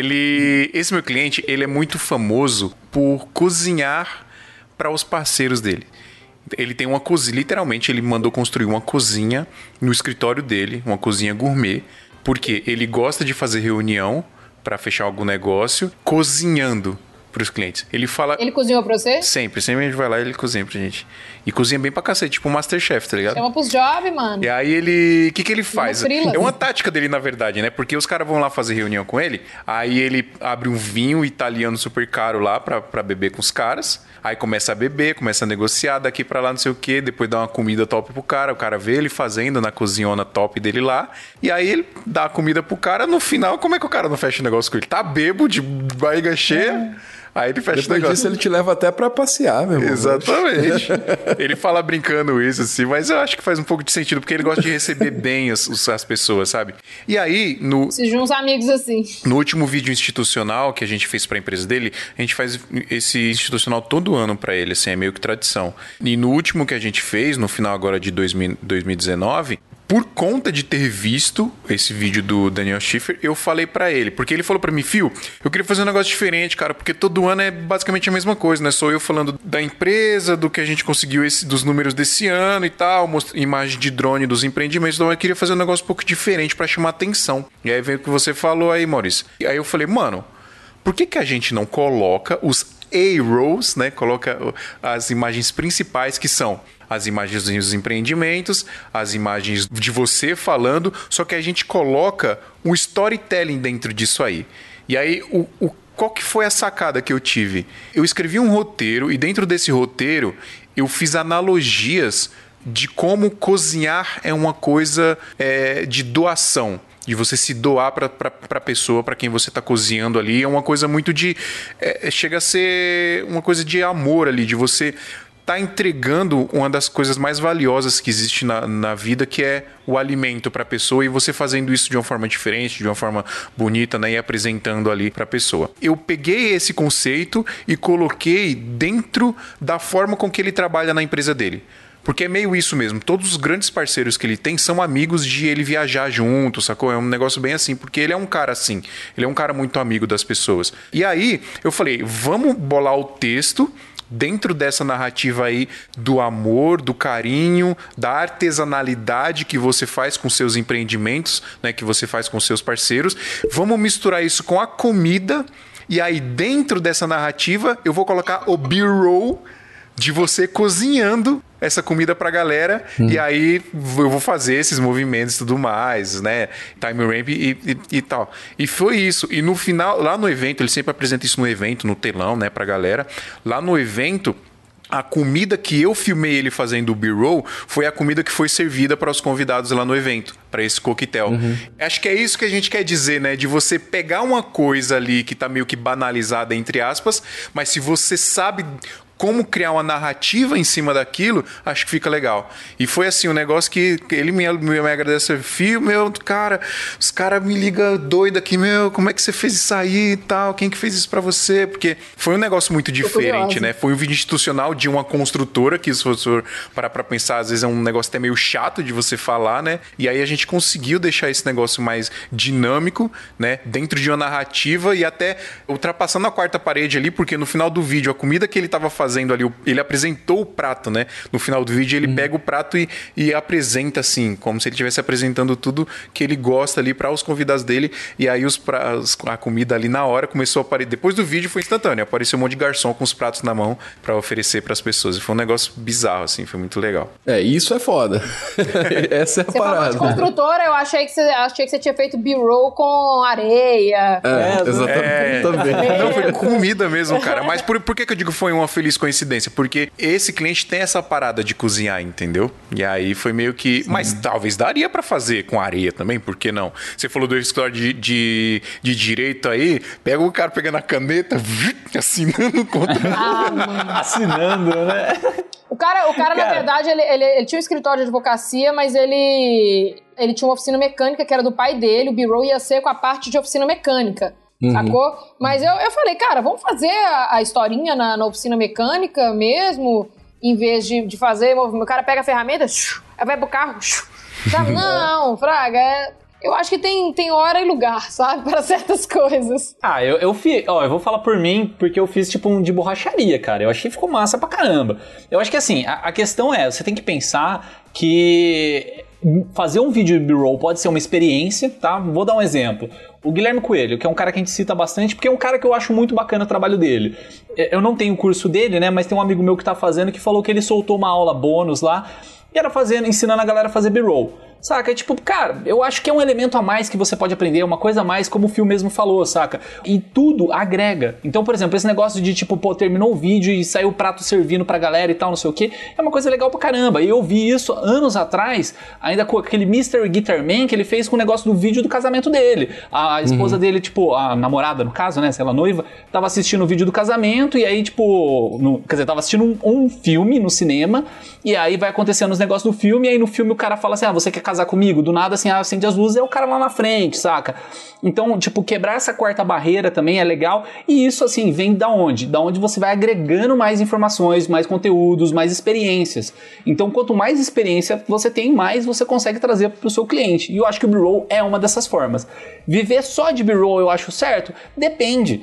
Esse meu cliente, ele é muito famoso por cozinhar para os parceiros dele. Ele tem uma cozinha, literalmente ele mandou construir uma cozinha no escritório dele, uma cozinha gourmet, porque ele gosta de fazer reunião para fechar algum negócio, cozinhando para os clientes. Ele cozinhou pra você? Sempre a gente vai lá e ele cozinha pra gente. E cozinha bem pra cacete, tipo um Masterchef, tá ligado? Chama pros jobs, mano. E aí o que ele faz? É uma tática dele, na verdade, né? Porque os caras vão lá fazer reunião com ele, aí ele abre um vinho italiano super caro lá pra beber com os caras, aí começa a beber, começa a negociar daqui pra lá, não sei o quê, depois dá uma comida top pro cara, o cara vê ele fazendo na cozinhona top dele lá, e aí ele dá a comida pro cara, no final, como é que o cara não fecha o negócio com ele? Tá bêbado, de barriga cheia... Aí ele fecha o negócio. Disso, ele te leva até pra passear, meu irmão. Exatamente. Ele fala brincando isso, assim, mas eu acho que faz um pouco de sentido, porque ele gosta de receber bem as pessoas, sabe? E aí, se juntam uns amigos assim. No último vídeo institucional que a gente fez pra empresa dele, a gente faz esse institucional todo ano pra ele, assim, é meio que tradição. E no último que a gente fez, no final agora de 2019... Por conta de ter visto esse vídeo do Daniel Schiffer, eu falei pra ele. Porque ele falou pra mim, Fio, eu queria fazer um negócio diferente, cara. Porque todo ano é basicamente a mesma coisa, né? Sou eu falando da empresa, do que a gente conseguiu, dos números desse ano e tal. Imagem de drone dos empreendimentos. Então eu queria fazer um negócio um pouco diferente pra chamar atenção. E aí veio o que você falou aí, Maurício. E aí eu falei, mano, por que a gente não coloca os A-rolls, né? Coloca as imagens principais que são... as imagens dos empreendimentos, as imagens de você falando, só que a gente coloca um storytelling dentro disso aí. E aí, qual que foi a sacada que eu tive? Eu escrevi um roteiro e dentro desse roteiro eu fiz analogias de como cozinhar é uma coisa de doação. De você se doar para a pessoa, para quem você está cozinhando ali. É uma coisa muito de... chega a ser uma coisa de amor ali, de você... tá entregando uma das coisas mais valiosas que existe na vida, que é o alimento para a pessoa, e você fazendo isso de uma forma diferente, de uma forma bonita, né, e apresentando ali para a pessoa. Eu peguei esse conceito e coloquei dentro da forma com que ele trabalha na empresa dele. Porque é meio isso mesmo. Todos os grandes parceiros que ele tem são amigos de ele viajar junto, sacou? É um negócio bem assim, porque ele é um cara assim. Ele é um cara muito amigo das pessoas. E aí, eu falei, vamos bolar o texto dentro dessa narrativa aí do amor, do carinho, da artesanalidade que você faz com seus empreendimentos, né, que você faz com seus parceiros. Vamos misturar isso com a comida, e aí dentro dessa narrativa eu vou colocar o B-roll de você cozinhando essa comida pra galera, e aí eu vou fazer esses movimentos e tudo mais, né, time ramp e tal. E foi isso. E no final, lá no evento, ele sempre apresenta isso no evento, no telão, né, pra galera. Lá no evento, a comida que eu filmei ele fazendo o B-roll foi a comida que foi servida para os convidados lá no evento, para esse coquetel. Acho que é isso que a gente quer dizer, né? De você pegar uma coisa ali que tá meio que banalizada, entre aspas, mas se você sabe como criar uma narrativa em cima daquilo, acho que fica legal. E foi assim, um negócio que ele me agradece, Fio, meu, cara, os caras me ligam doido aqui, meu, como é que você fez isso aí e tal, quem que fez isso pra você? Porque foi um negócio muito diferente, né? Foi um vídeo institucional de uma construtora, que se você parar pra pensar, às vezes é um negócio até meio chato de você falar, né? E aí a gente conseguiu deixar esse negócio mais dinâmico, né? Dentro de uma narrativa e até ultrapassando a quarta parede ali, porque no final do vídeo, a comida que ele tava fazendo fazendo ali, ele apresentou o prato, né? No final do vídeo, ele pega o prato e apresenta assim, como se ele estivesse apresentando tudo que ele gosta ali para os convidados dele. E aí a comida ali na hora começou a aparecer. Depois do vídeo foi instantâneo, apareceu um monte de garçom com os pratos na mão para oferecer para as pessoas. E foi um negócio bizarro, assim, foi muito legal. Isso é foda. Essa é a parada. Você falou de construtora, eu achei que você tinha feito B-roll com areia. Exatamente. Também. Não, foi comida mesmo, cara. Mas por que eu digo que foi uma feliz coincidência? Porque esse cliente tem essa parada de cozinhar, entendeu? E aí foi meio que... Sim. Mas talvez daria pra fazer com areia também, por que não? Você falou do escritório de direito aí, pega o cara pegando a caneta, assinando contra... Assinando, né? O cara, na verdade, ele tinha um escritório de advocacia, mas ele tinha uma oficina mecânica que era do pai dele. O B-roll ia ser com a parte de oficina mecânica. Sacou? Mas eu falei, cara, vamos fazer a historinha na oficina mecânica mesmo, em vez de fazer... O cara pega a ferramenta, aí vai pro carro, sabe? Não, fraga, eu acho que tem hora e lugar, sabe? Para certas coisas. Eu vou falar por mim, porque eu fiz tipo um de borracharia, cara. Eu achei que ficou massa pra caramba. Eu acho que assim, a questão é, você tem que pensar que... fazer um vídeo de B-roll pode ser uma experiência, tá? Vou dar um exemplo. O Guilherme Coelho, que é um cara que a gente cita bastante, porque é um cara que eu acho muito bacana o trabalho dele. Eu não tenho o curso dele, né? Mas tem um amigo meu que tá fazendo que falou que ele soltou uma aula bônus lá e era ensinando a galera a fazer B-roll. Saca? Tipo, cara, eu acho que é um elemento a mais que você pode aprender, uma coisa a mais, como o Phil mesmo falou, saca? E tudo agrega. Então, por exemplo, esse negócio de, tipo, terminou o vídeo e saiu o prato servindo pra galera e tal, não sei o quê, é uma coisa legal pra caramba. E eu vi isso anos atrás, ainda com aquele Mr. Guitarman que ele fez com o negócio do vídeo do casamento dele. A esposa dele, tipo, a namorada, no caso, né, sei lá, noiva, tava assistindo o vídeo do casamento e aí, tipo, quer dizer, tava assistindo um filme no cinema e aí vai acontecendo os negócios do filme e aí no filme o cara fala assim, você quer casar comigo? Do nada, assim, acende as luzes, é o cara lá na frente, saca? Então, tipo, quebrar essa quarta barreira também é legal. E isso, assim, vem da onde? Da onde você vai agregando mais informações, mais conteúdos, mais experiências. Então, quanto mais experiência você tem, mais você consegue trazer pro seu cliente. E eu acho que o B-roll é uma dessas formas. Viver só de B-roll eu acho certo? Depende.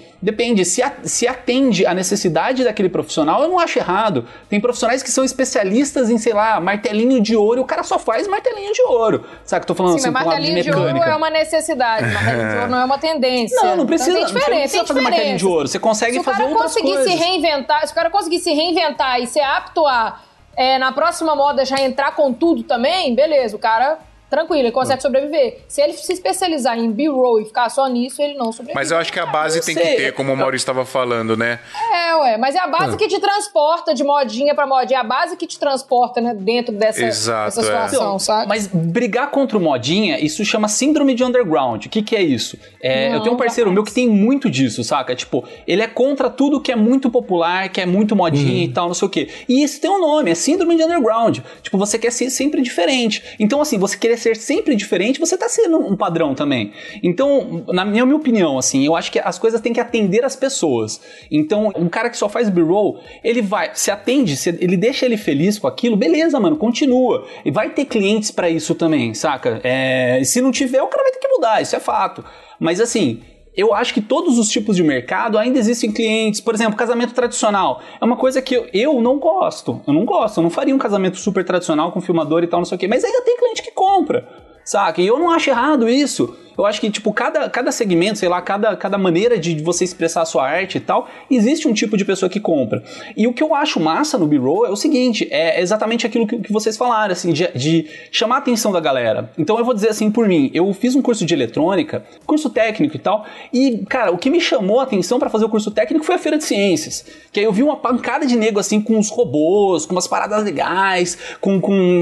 Se atende a necessidade daquele profissional, eu não acho errado. Tem profissionais que são especialistas em, sei lá, martelinho de ouro, e o cara só faz martelinho de ouro. Sabe que eu tô falando assim, mas martelinho de ouro é uma necessidade, martelinho de ouro não é uma tendência. Não precisa, então, não precisa fazer martelinho de ouro. Você consegue fazer outras coisas. Se o cara conseguir se reinventar e ser apto a, na próxima moda, já entrar com tudo também, beleza, o cara... Tranquilo, ele consegue sobreviver. Se ele se especializar em B-roll e ficar só nisso, ele não sobrevive. Mas eu acho que a base tem que ter, como o Maurício estava falando, né? Mas é a base que te transporta de modinha pra modinha. É a base que te transporta, né, dentro dessa situação, sabe? Mas brigar contra o modinha, isso chama síndrome de underground. O que é isso? Eu tenho um parceiro meu que tem muito disso, saca? Tipo, ele é contra tudo que é muito popular, que é muito modinha e tal, não sei o quê. E isso tem um nome, é síndrome de underground. Tipo, você quer ser sempre diferente. Então, assim, você querer ser sempre diferente, você tá sendo um padrão também. Então, na minha opinião, assim, eu acho que as coisas têm que atender as pessoas. Então, um cara que só faz B-roll, ele vai, se atende, ele deixa ele feliz com aquilo, beleza, mano, continua. E vai ter clientes pra isso também, saca? Se não tiver, o cara vai ter que mudar, isso é fato. Mas, assim... Eu acho que todos os tipos de mercado ainda existem clientes. Por exemplo, casamento tradicional. É uma coisa que eu não gosto. Eu não faria um casamento super tradicional com filmador e tal, não sei o quê. Mas ainda tem cliente que compra, saca? E eu não acho errado isso. Eu acho que, tipo, cada segmento, sei lá, cada maneira de você expressar a sua arte e tal, existe um tipo de pessoa que compra. E o que eu acho massa no B-roll é o seguinte, é exatamente aquilo que vocês falaram, assim, de chamar a atenção da galera. Então eu vou dizer assim por mim, eu fiz um curso de eletrônica, curso técnico e tal, e, cara, o que me chamou a atenção pra fazer o curso técnico foi a Feira de Ciências. Que aí eu vi uma pancada de nego, assim, com uns robôs, com umas paradas legais, com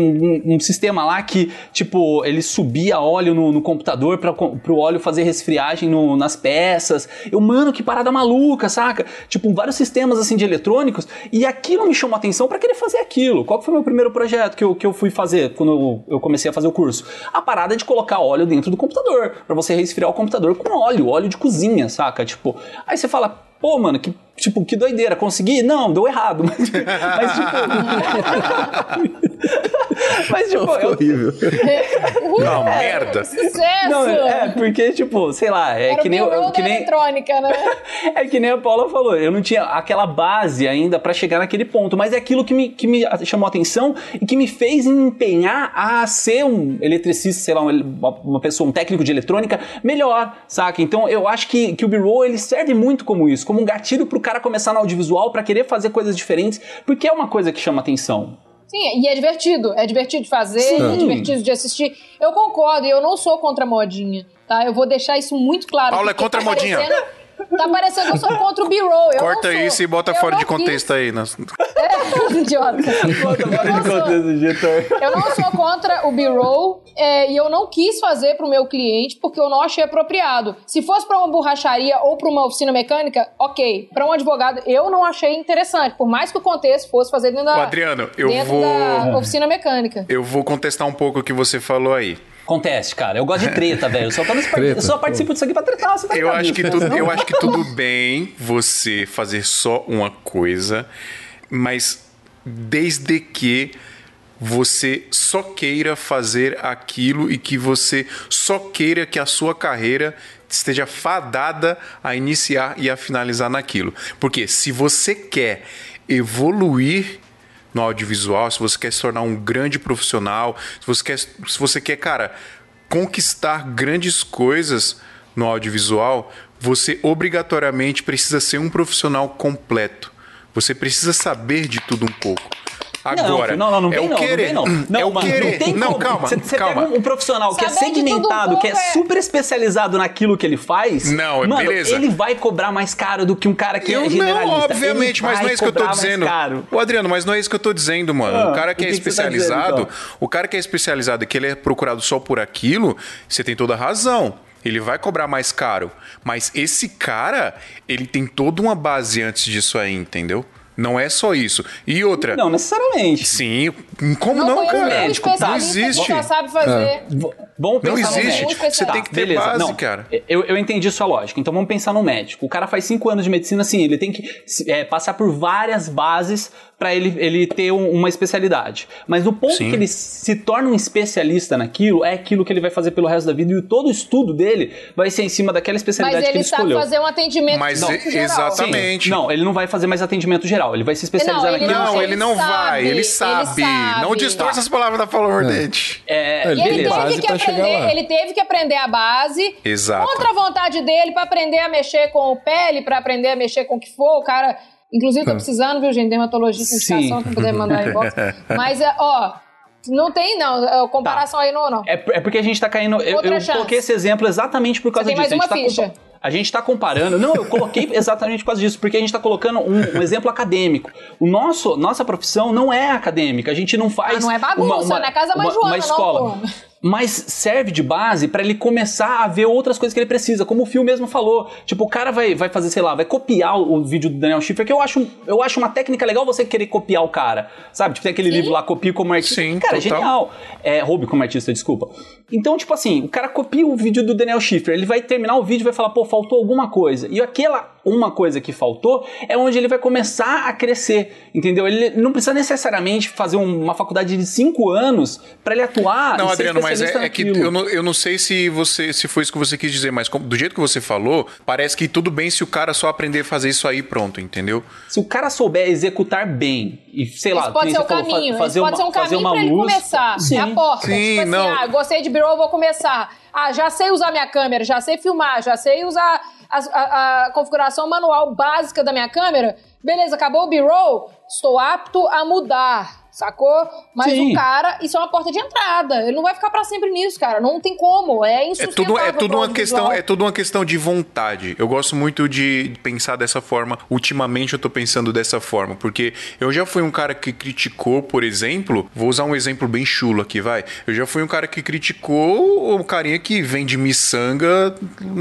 um sistema lá que, tipo, ele subia óleo no computador pro óleo fazer resfriagem nas peças. Mano, que parada maluca, saca? Tipo, vários sistemas assim de eletrônicos, e aquilo me chamou a atenção pra querer fazer aquilo. Qual que foi o meu primeiro projeto que eu fui fazer quando eu comecei a fazer o curso? A parada de colocar óleo dentro do computador, pra você resfriar o computador com óleo de cozinha, saca? Tipo, aí você fala, pô, mano, que doideira, consegui? Não, deu errado. Mas tipo... Mas, tipo, Horrível. Não, merda. Sucesso! Não, porque, tipo, sei lá, Era que nem... o B-roll da eletrônica, né? É que nem a Paula falou, eu não tinha aquela base ainda pra chegar naquele ponto, mas é aquilo que me chamou a atenção e que me fez me empenhar a ser um eletricista, sei lá, uma pessoa, um técnico de eletrônica melhor, saca? Então eu acho que o B-roll, ele serve muito como isso, como um gatilho pro cara começar no audiovisual pra querer fazer coisas diferentes, porque é uma coisa que chama atenção. Sim, e é divertido de fazer, Sim. é divertido de assistir. Eu concordo, e eu não sou contra a modinha, tá? Eu vou deixar isso muito claro. Paula é contra a modinha. Tá parecendo que eu sou contra o B-roll. Corta isso e bota fora de contexto aí. Idiota. Bota fora de contexto, editor. Eu não sou contra o B-roll e eu não quis fazer pro meu cliente porque eu não achei apropriado. Se fosse pra uma borracharia ou pra uma oficina mecânica, ok. Pra um advogado, eu não achei interessante. Por mais que o contexto fosse fazer dentro da, Adriano, da oficina mecânica. Eu vou contestar um pouco o que você falou aí. Acontece, cara. Eu gosto de treta, velho. Eu só participo disso aqui pra tretar. Você tá Eu acho que tudo bem você fazer só uma coisa, mas desde que você só queira fazer aquilo e que você só queira que a sua carreira esteja fadada a iniciar e a finalizar naquilo. Porque se você quer evoluir no audiovisual, se você quer se tornar um grande profissional, se você quer, cara, conquistar grandes coisas no audiovisual, você obrigatoriamente precisa ser um profissional completo. Você precisa saber de tudo um pouco. Agora, não é o querer. É o querer. Não, calma. Você calma. pega um profissional que é Saber de tudo um segmentado, pouco que é super especializado naquilo que ele faz. Não, mano, beleza. ele vai cobrar mais caro do que um cara que é generalista. Não, obviamente, mas não é isso que eu tô dizendo. Ô, Adriano, mas não é isso que eu tô dizendo, mano. O cara que é especializado, tá dizendo, então? o cara que é especializado e que ele é procurado só por aquilo, você tem toda a razão. Ele vai cobrar mais caro. Mas esse cara, ele tem toda uma base antes disso aí, entendeu? Não é só isso. E outra... Não necessariamente. Sim, como não, cara? médico, tá? Não existe. Que só sabe fazer. Vamos Não pensar no existe. médico. Você tem que ter Beleza, base, não, cara. Eu entendi sua lógica. Então vamos pensar no médico. O cara faz 5 anos de medicina, sim, ele tem que passar por várias bases para ele ter uma especialidade. Mas no ponto Sim. que ele se torna um especialista naquilo, é aquilo que ele vai fazer pelo resto da vida e todo o estudo dele vai ser em cima daquela especialidade Mas que ele ele sabe escolheu. fazer um atendimento geral. Exatamente. Sim. Não, ele não vai fazer mais atendimento geral. Ele vai se especializar naquilo. Não, ele não vai. Ele sabe. Não distorça as palavras da Paula Mordente. Ele teve que aprender, ele teve que aprender a base. Exato. Contra a vontade dele, pra aprender a mexer com o pele, pra aprender a mexer com o que for. O cara, inclusive, tá precisando, viu, gente? Dermatologista, indicação, pra poder mandar inbox. Mas, ó, não tem, comparação aí, não. É porque a gente tá caindo... Eu coloquei esse exemplo exatamente por causa Você tem disso. mais uma ficha. A gente tá comparando... Não, eu coloquei exatamente por causa disso, porque a gente tá colocando um exemplo acadêmico. Nossa profissão não é acadêmica. A gente não faz... não é bagunça, não é casa mais Joana, uma escola. não, Mas serve de base pra ele começar a ver outras coisas que ele precisa, como o Phil mesmo falou. Tipo, o cara vai fazer, sei lá, vai copiar o vídeo do Daniel Schiffer, que eu acho uma técnica legal você querer copiar o cara, sabe? Tipo, tem aquele livro lá, Copie como Artista. Sim, cara, total. é genial. Roube como Artista, desculpa. Então, tipo assim, o cara copia o vídeo do Daniel Schiffer, ele vai terminar o vídeo e vai falar, pô, faltou alguma coisa. E aquela uma coisa que faltou é onde ele vai começar a crescer, entendeu? Ele não precisa necessariamente fazer uma faculdade de 5 anos pra ele atuar. Não, e ser Adriano, mas é que naquilo. eu não sei se foi isso que você quis dizer, mas do jeito que você falou, parece que tudo bem se o cara só aprender a fazer isso aí pronto, entendeu? Se o cara souber executar bem e, sei lá, Isso pode ser o caminho. Isso pode ser um caminho pra ele começar. Sim. É a porta. Sim, tipo não. assim, gostei de B-roll, vou começar. Já sei usar minha câmera, já sei filmar, já sei usar a configuração manual básica da minha câmera. Beleza, acabou o B-roll, estou apto a mudar. Sacou? Mas Sim. o cara, isso é uma porta de entrada. Ele não vai ficar pra sempre nisso, cara. Não tem como. É insustentável. É tudo uma questão de vontade. Eu gosto muito de pensar dessa forma. Ultimamente eu tô pensando dessa forma. Porque eu já fui um cara que criticou, por exemplo... Vou usar um exemplo bem chulo aqui, vai. Eu já fui um cara que criticou o carinha que vende miçanga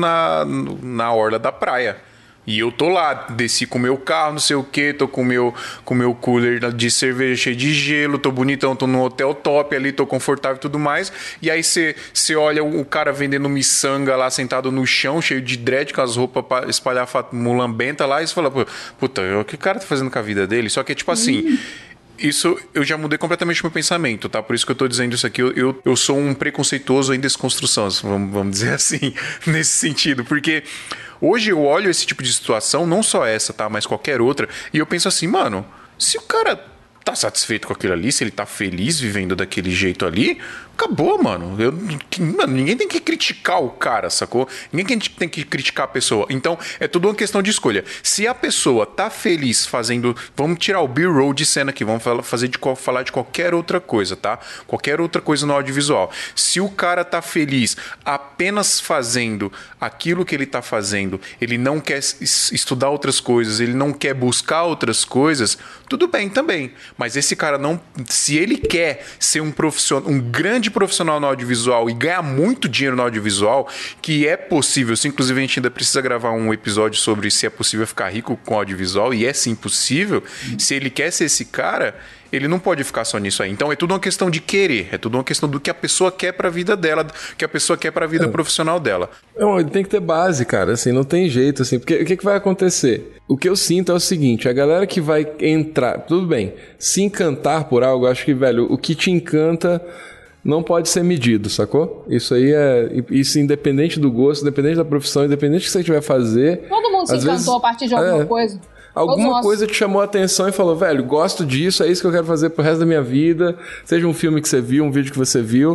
na orla da praia. E eu tô lá, desci com o meu carro, não sei o que, tô com o meu cooler de cerveja cheio de gelo, tô bonitão, tô num hotel top ali, tô confortável e tudo mais. E aí você olha o cara vendendo miçanga lá, sentado no chão, cheio de dread, com as roupas espalhafatonas, mulambenta lá, e você fala, puta, o que o cara tá fazendo com a vida dele? Só que é tipo assim... isso eu já mudei completamente o meu pensamento, tá? Por isso que eu tô dizendo isso aqui. Eu sou um preconceituoso em desconstrução, vamos dizer assim, nesse sentido. Porque hoje eu olho esse tipo de situação, não só essa, tá? Mas qualquer outra, e eu penso assim, mano, se o cara tá satisfeito com aquilo ali, se ele tá feliz vivendo daquele jeito ali, acabou, mano. Mano, ninguém tem que criticar o cara, sacou? Ninguém tem que criticar a pessoa. Então, é tudo uma questão de escolha. Se a pessoa tá feliz fazendo... Vamos tirar o B-roll de cena aqui, vamos falar de qualquer outra coisa, tá? Qualquer outra coisa no audiovisual. Se o cara tá feliz apenas fazendo aquilo que ele tá fazendo, ele não quer estudar outras coisas, ele não quer buscar outras coisas, tudo bem também. Mas esse cara não... Se ele quer ser um grande profissional no audiovisual e ganhar muito dinheiro no audiovisual, que é possível, sim, inclusive a gente ainda precisa gravar um episódio sobre se é possível ficar rico com audiovisual, e é sim possível. Se ele quer ser esse cara, ele não pode ficar só nisso aí. Então é tudo uma questão de querer, é tudo uma questão do que a pessoa quer pra vida dela, que a pessoa quer pra vida profissional dela. Não, ele tem que ter base, cara, assim, não tem jeito, assim, porque o que vai acontecer? O que eu sinto é o seguinte, a galera que vai entrar, tudo bem, se encantar por algo, acho que, velho, o que te encanta não pode ser medido, sacou? Isso aí isso independente do gosto, independente da profissão, independente do que você estiver fazer. Todo mundo se encantou a partir de alguma coisa. Alguma coisa te chamou a atenção e falou, velho, gosto disso, é isso que eu quero fazer pro resto da minha vida, seja um filme que você viu, um vídeo que você viu,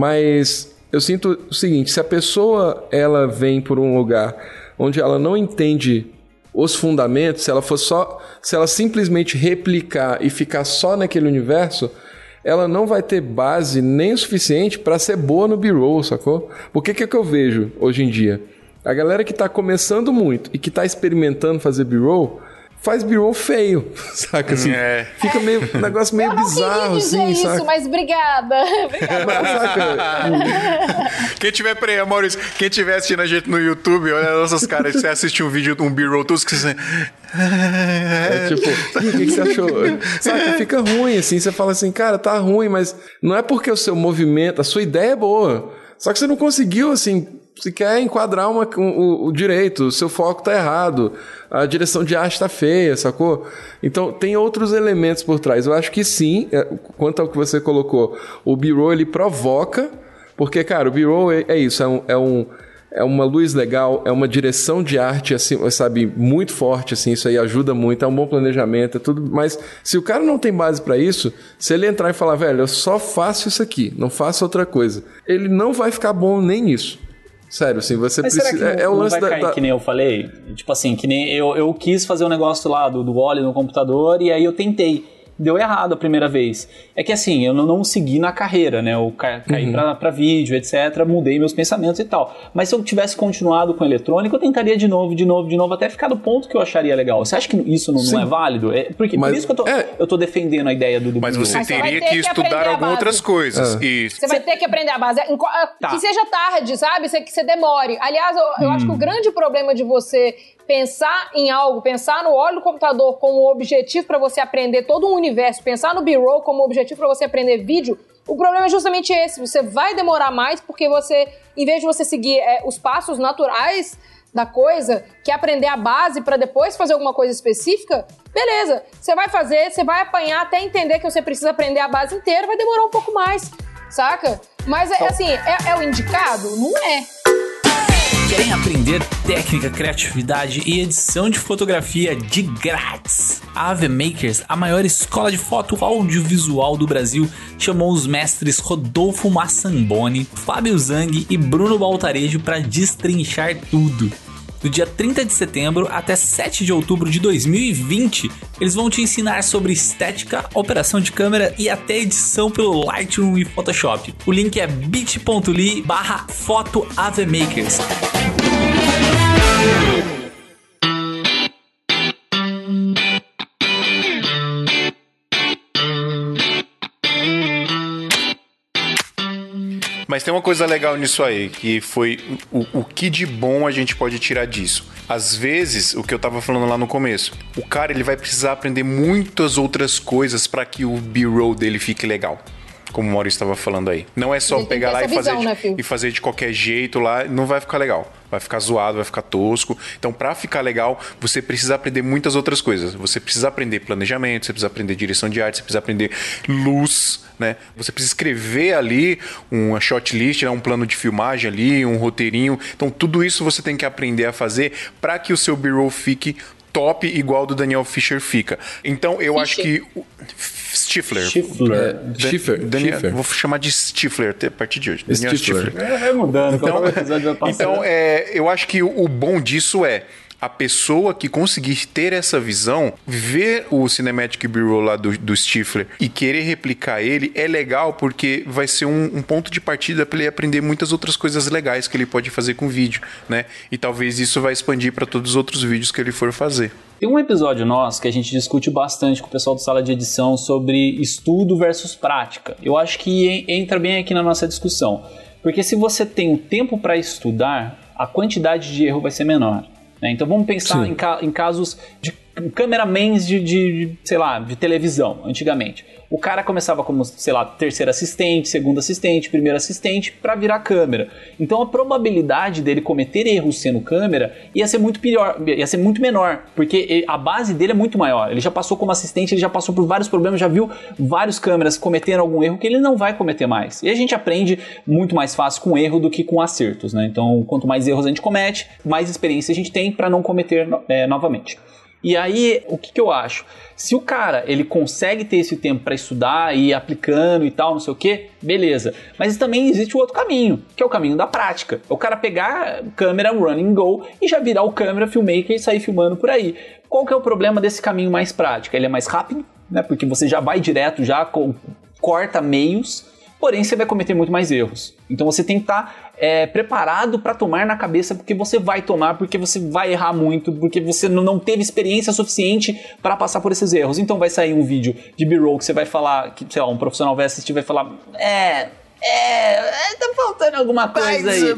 mas eu sinto o seguinte, se a pessoa, ela vem por um lugar onde ela não entende os fundamentos, se ela simplesmente replicar e ficar só naquele universo, ela não vai ter base nem o suficiente para ser boa no B-roll, sacou? Porque o que eu vejo hoje em dia? A galera que tá começando muito e que tá experimentando fazer B-roll, faz B-roll feio, saca? Assim, fica um negócio meio bizarro, assim, isso, saca? mas obrigada. Quem tiver, Maurício, quem tiver assistindo a gente no YouTube, olha nossas caras, você assiste um vídeo, um B-roll, todos que você... tipo, o que você achou? Saca, fica ruim, assim, você fala assim, cara, tá ruim, mas não é porque o seu movimento, a sua ideia é boa, só que você não conseguiu, assim, você quer enquadrar o direito, o seu foco tá errado, a direção de arte tá feia, sacou? Então, tem outros elementos por trás. Eu acho que sim, quanto ao que você colocou, o B-roll, ele provoca, porque, cara, o B-roll é isso, é uma luz legal, é uma direção de arte, assim, sabe, muito forte, assim, isso aí ajuda muito, é um bom planejamento, é tudo, mas se o cara não tem base pra isso, se ele entrar e falar, velho, eu só faço isso aqui, não faço outra coisa, ele não vai ficar bom nem nisso. Sério, assim, você mas precisa... Será que não, o lance não vai cair, que nem eu falei? Tipo assim, que nem eu quis fazer um negócio lá do óleo no computador e aí eu tentei. Deu errado a primeira vez. É que assim, eu não segui na carreira, né? Eu caí pra vídeo, etc. Mudei meus pensamentos e tal. Mas se eu tivesse continuado com eletrônico, eu tentaria de novo, até ficar do ponto que eu acharia legal. Você acha que isso não é válido? Por isso que eu tô defendendo a ideia do Mas você teria que estudar algumas outras coisas. Você vai ter que aprender a base. Que seja tarde, sabe? Que você demore. Aliás, eu acho que o grande problema de você pensar em algo, pensar no óleo do computador como objetivo para você aprender todo um universo, pensar no B-roll como objetivo para você aprender vídeo, o problema é justamente esse. Você vai demorar mais porque você, em vez de você seguir os passos naturais da coisa, que é aprender a base para depois fazer alguma coisa específica, beleza. Você vai fazer, você vai apanhar até entender que você precisa aprender a base inteira, vai demorar um pouco mais, saca? Mas, assim, é o indicado? Não é. Querem aprender técnica, criatividade e edição de fotografia de grátis? A AV Makers, a maior escola de foto audiovisual do Brasil, chamou os mestres Rodolfo Massamboni, Fábio Zang e Bruno Baltarejo para destrinchar tudo. Do dia 30 de setembro até 7 de outubro de 2020, eles vão te ensinar sobre estética, operação de câmera e até edição pelo Lightroom e Photoshop. O link é bit.ly/fotoavmakers. Mas tem uma coisa legal nisso aí, que foi o que de bom a gente pode tirar disso. Às vezes, o que eu tava falando lá no começo, o cara ele vai precisar aprender muitas outras coisas para que o B-roll dele fique legal. como o Maurício estava falando aí. Não é só pegar lá e fazer de qualquer jeito lá, não vai ficar legal. Vai ficar zoado, vai ficar tosco. Então, para ficar legal, você precisa aprender muitas outras coisas. Você precisa aprender planejamento, você precisa aprender direção de arte, você precisa aprender luz, né? Você precisa escrever ali uma shot list, né? Um plano de filmagem ali, um roteirinho. Então, tudo isso você tem que aprender a fazer para que o seu B-roll fique top igual do Daniel Fisher fica. Então, eu acho que... Stifler. Vou chamar de Stifler a partir de hoje. Daniel Stifler. Vai mudando. Então, eu acho que o bom disso é a pessoa que conseguir ter essa visão, ver o Cinematic B-roll lá do Stifler e querer replicar ele, é legal porque vai ser um ponto de partida para ele aprender muitas outras coisas legais que ele pode fazer com o vídeo, né? E talvez isso vai expandir para todos os outros vídeos que ele for fazer. Tem um episódio nosso que a gente discute bastante com o pessoal do Sala de Edição sobre estudo versus prática. Eu acho que entra bem aqui na nossa discussão. Porque se você tem o tempo para estudar, a quantidade de erro vai ser menor. Então vamos pensar em casos de cameramans de televisão, antigamente. O cara começava como, terceiro assistente, segundo assistente, primeiro assistente, para virar câmera. Então a probabilidade dele cometer erros sendo câmera ia ser muito menor, porque a base dele é muito maior. Ele já passou como assistente, ele já passou por vários problemas, já viu vários câmeras cometendo algum erro que ele não vai cometer mais. E a gente aprende muito mais fácil com erro do que com acertos, né? Então, quanto mais erros a gente comete, mais experiência a gente tem para não cometer novamente. E aí, o que eu acho? Se o cara, ele consegue ter esse tempo para estudar e ir aplicando e tal, não sei o que, beleza. Mas também existe o outro caminho, que é o caminho da prática. É o cara pegar câmera, run and go, e já virar o câmera, filmmaker e sair filmando por aí. Qual que é o problema desse caminho mais prático? Ele é mais rápido, né? Porque você já vai direto, já corta meios, porém você vai cometer muito mais erros. Então você tem que estar preparado para tomar na cabeça, porque você vai tomar, porque você vai errar muito, porque você não teve experiência suficiente para passar por esses erros. Então vai sair um vídeo de B-roll que você vai falar, que sei lá, um profissional vai assistir e vai falar, tá faltando alguma coisa aí.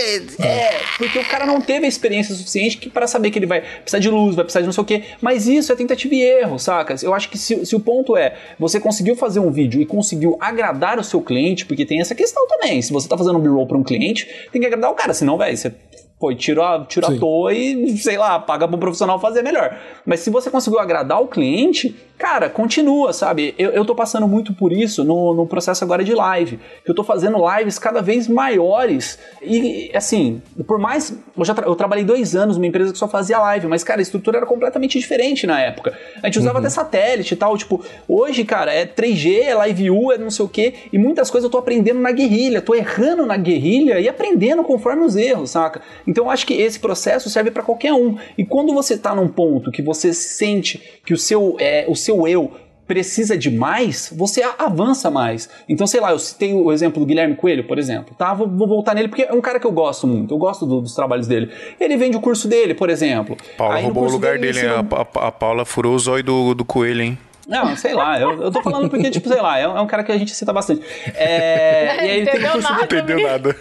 Porque o cara não teve a experiência suficiente para saber que ele vai precisar de luz, vai precisar de não sei o que. Mas isso é tentativa e erro, saca? Eu acho que se o ponto é, você conseguiu fazer um vídeo e conseguiu agradar o seu cliente, porque tem essa questão também. Se você tá fazendo um B-roll para um cliente, tem que agradar o cara, senão, velho, você tira à toa e, sei lá, paga para um profissional fazer melhor. Mas se você conseguiu agradar o cliente, cara, continua, sabe? Eu tô passando muito por isso no processo agora de live. Eu tô fazendo lives cada vez maiores e, assim, por mais... Eu trabalhei 2 anos numa empresa que só fazia live, mas, cara, a estrutura era completamente diferente na época. A gente usava até satélite e tal, tipo, hoje, cara, é 3G, é live view, é não sei o quê, e muitas coisas eu tô aprendendo na guerrilha, tô errando na guerrilha e aprendendo conforme os erros, saca? Então eu acho que esse processo serve para qualquer um. E quando você tá num ponto que você sente que o seu eu precisa de mais, você avança mais. Então, sei lá, eu citei o exemplo do Guilherme Coelho, por exemplo, tá? Vou voltar nele porque é um cara que eu gosto muito, eu gosto dos trabalhos dele. Ele vende o curso dele, por exemplo. Paula roubou o lugar dele, a Paula furou o zóio do Coelho, hein? Não, sei lá, eu tô falando porque, tipo, sei lá, é um cara que a gente cita bastante. E aí ele tem o curso dele. Não entendeu nada.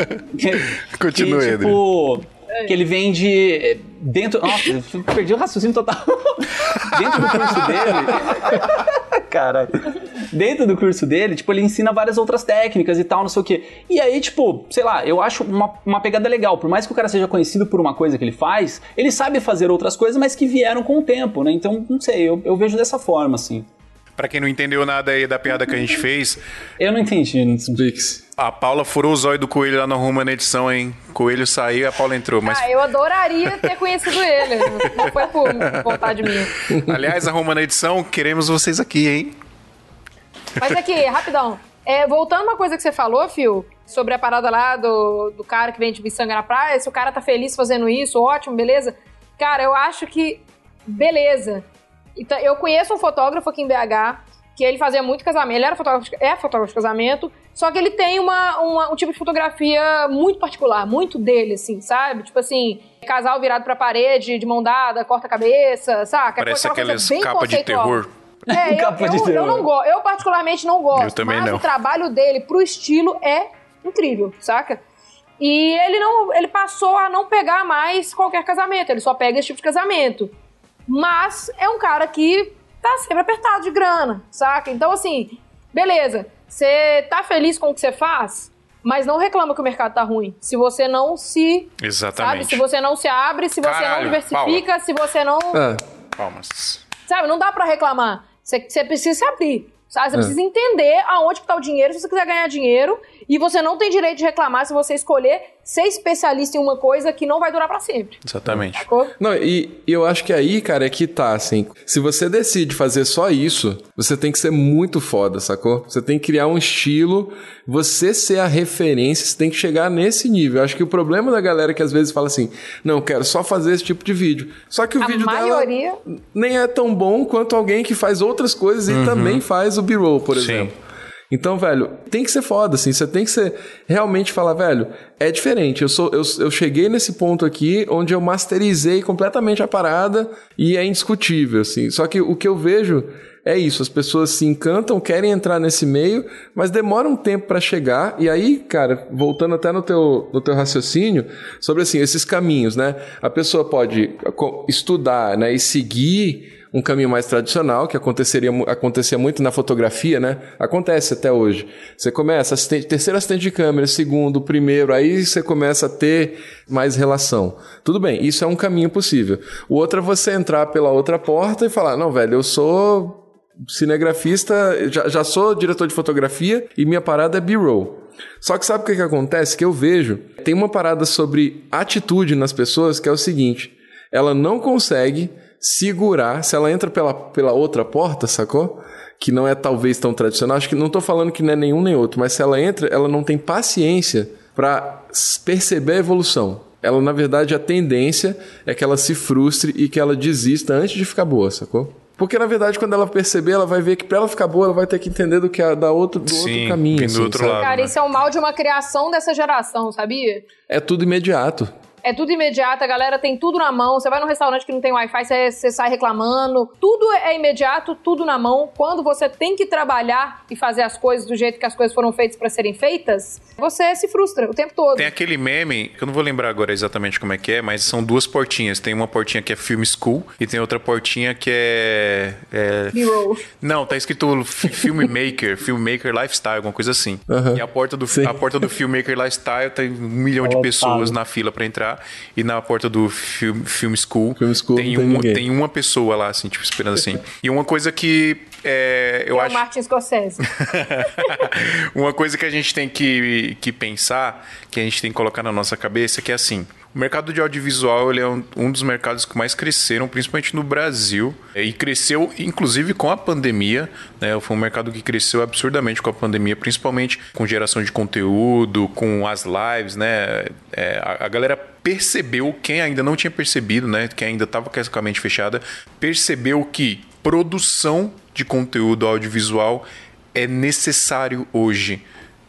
Continua, Edri. Que ele vende dentro... Nossa, eu perdi o raciocínio total. Dentro do curso dele... Caralho. Dentro do curso dele, tipo, ele ensina várias outras técnicas e tal, não sei o quê. E aí, tipo, sei lá, eu acho uma pegada legal. Por mais que o cara seja conhecido por uma coisa que ele faz, ele sabe fazer outras coisas, mas que vieram com o tempo, né? Então, não sei, eu vejo dessa forma, assim. Pra quem não entendeu nada aí da piada que a gente fez... Eu não entendi. A Paula furou o zóio do Coelho lá no Ruma na edição, hein? Coelho saiu e a Paula entrou. Mas... eu adoraria ter conhecido ele. Não foi por vontade minha. Aliás, a Ruma na edição, queremos vocês aqui, hein? Mas aqui, rapidão. Voltando uma coisa que você falou, Phil, sobre a parada lá do cara que vende miçanga na praia, se o cara tá feliz fazendo isso, ótimo, beleza. Cara, eu acho que... Beleza. Então, eu conheço um fotógrafo aqui em BH, que ele fazia muito casamento, ele era fotógrafo de casamento, só que ele tem um tipo de fotografia muito particular, muito dele, assim, sabe? Tipo assim, casal virado pra parede, de mão dada, corta a cabeça, saca? Parece aquelas capas de terror. Eu não gosto, eu particularmente não gosto, eu também mas não. O trabalho dele pro estilo é incrível, saca? E ele passou a não pegar mais qualquer casamento, ele só pega esse tipo de casamento. Mas é um cara que tá sempre apertado de grana, saca? Então, assim, beleza. Você tá feliz com o que você faz? Mas não reclama que o mercado tá ruim. Se você não se... Exatamente. Sabe? Se você não se abre, se você não diversifica, se você não... Palmas. Sabe? Não dá pra reclamar. Você precisa se abrir. Sabe? Você precisa entender aonde que tá o dinheiro, se você quiser ganhar dinheiro. E você não tem direito de reclamar se você escolher ser especialista em uma coisa que não vai durar pra sempre. Exatamente. Sacou? Não, e eu acho que aí, cara, é que tá, assim, se você decide fazer só isso, você tem que ser muito foda, sacou? Você tem que criar um estilo, você ser a referência, você tem que chegar nesse nível. Eu acho que o problema da galera que às vezes fala assim, não, eu quero só fazer esse tipo de vídeo. Só que o vídeo maioria... dela nem é tão bom quanto alguém que faz outras coisas e também faz o B-roll, por exemplo. Então, velho, tem que ser foda, assim. Você tem que ser realmente falar, velho, é diferente. Eu cheguei nesse ponto aqui onde eu masterizei completamente a parada e é indiscutível, assim. Só que o que eu vejo é isso. As pessoas se encantam, querem entrar nesse meio, mas demora um tempo pra chegar. E aí, cara, voltando até no teu raciocínio sobre, assim, esses caminhos, né? A pessoa pode estudar, né, e seguir um caminho mais tradicional, que acontecia muito na fotografia, né? Acontece até hoje. Você começa, terceiro assistente de câmera, segundo, primeiro, aí você começa a ter mais relação. Tudo bem, isso é um caminho possível. O outro é você entrar pela outra porta e falar, não, velho, eu sou cinegrafista, já sou diretor de fotografia e minha parada é B-roll. Só que sabe o que acontece? Que eu vejo, tem uma parada sobre atitude nas pessoas que é o seguinte, ela não consegue segurar, se ela entra pela outra porta, sacou? Que não é talvez tão tradicional, acho que não tô falando que não é nenhum nem outro, mas se ela entra, ela não tem paciência para perceber a evolução. Ela, na verdade, a tendência é que ela se frustre e que ela desista antes de ficar boa, sacou? Porque, na verdade, quando ela perceber, ela vai ver que pra ela ficar boa, ela vai ter que entender do outro caminho. Assim, do outro lado, cara, né? isso é o mal de uma criação dessa geração, sabia? É tudo imediato. É tudo imediato, a galera tem tudo na mão. Você vai num restaurante que não tem Wi-Fi, você sai reclamando. Tudo é imediato, tudo na mão. Quando você tem que trabalhar e fazer as coisas do jeito que as coisas foram feitas pra serem feitas, você se frustra o tempo todo. Tem aquele meme, que eu não vou lembrar agora exatamente como é que é, mas são duas portinhas. Tem uma portinha que é Film School e tem outra portinha que é... B-roll. Não, tá escrito Filmmaker, Filmmaker Lifestyle, alguma coisa assim. E a porta do Filmmaker Lifestyle tem 1 milhão de pessoas na fila pra entrar. E na porta do Film School tem uma pessoa lá, assim, tipo, esperando assim. E uma coisa que eu acho... o Martin Scorsese. Uma coisa que a gente tem que pensar, que a gente tem que colocar na nossa cabeça, que é assim... O mercado de audiovisual ele é um dos mercados que mais cresceram, principalmente no Brasil. E cresceu, inclusive, com a pandemia. Né? Foi um mercado que cresceu absurdamente com a pandemia, principalmente com geração de conteúdo, com as lives. Né? A galera percebeu, quem ainda não tinha percebido, né? Quem ainda estava com a mente fechada, percebeu que produção de conteúdo audiovisual é necessário hoje.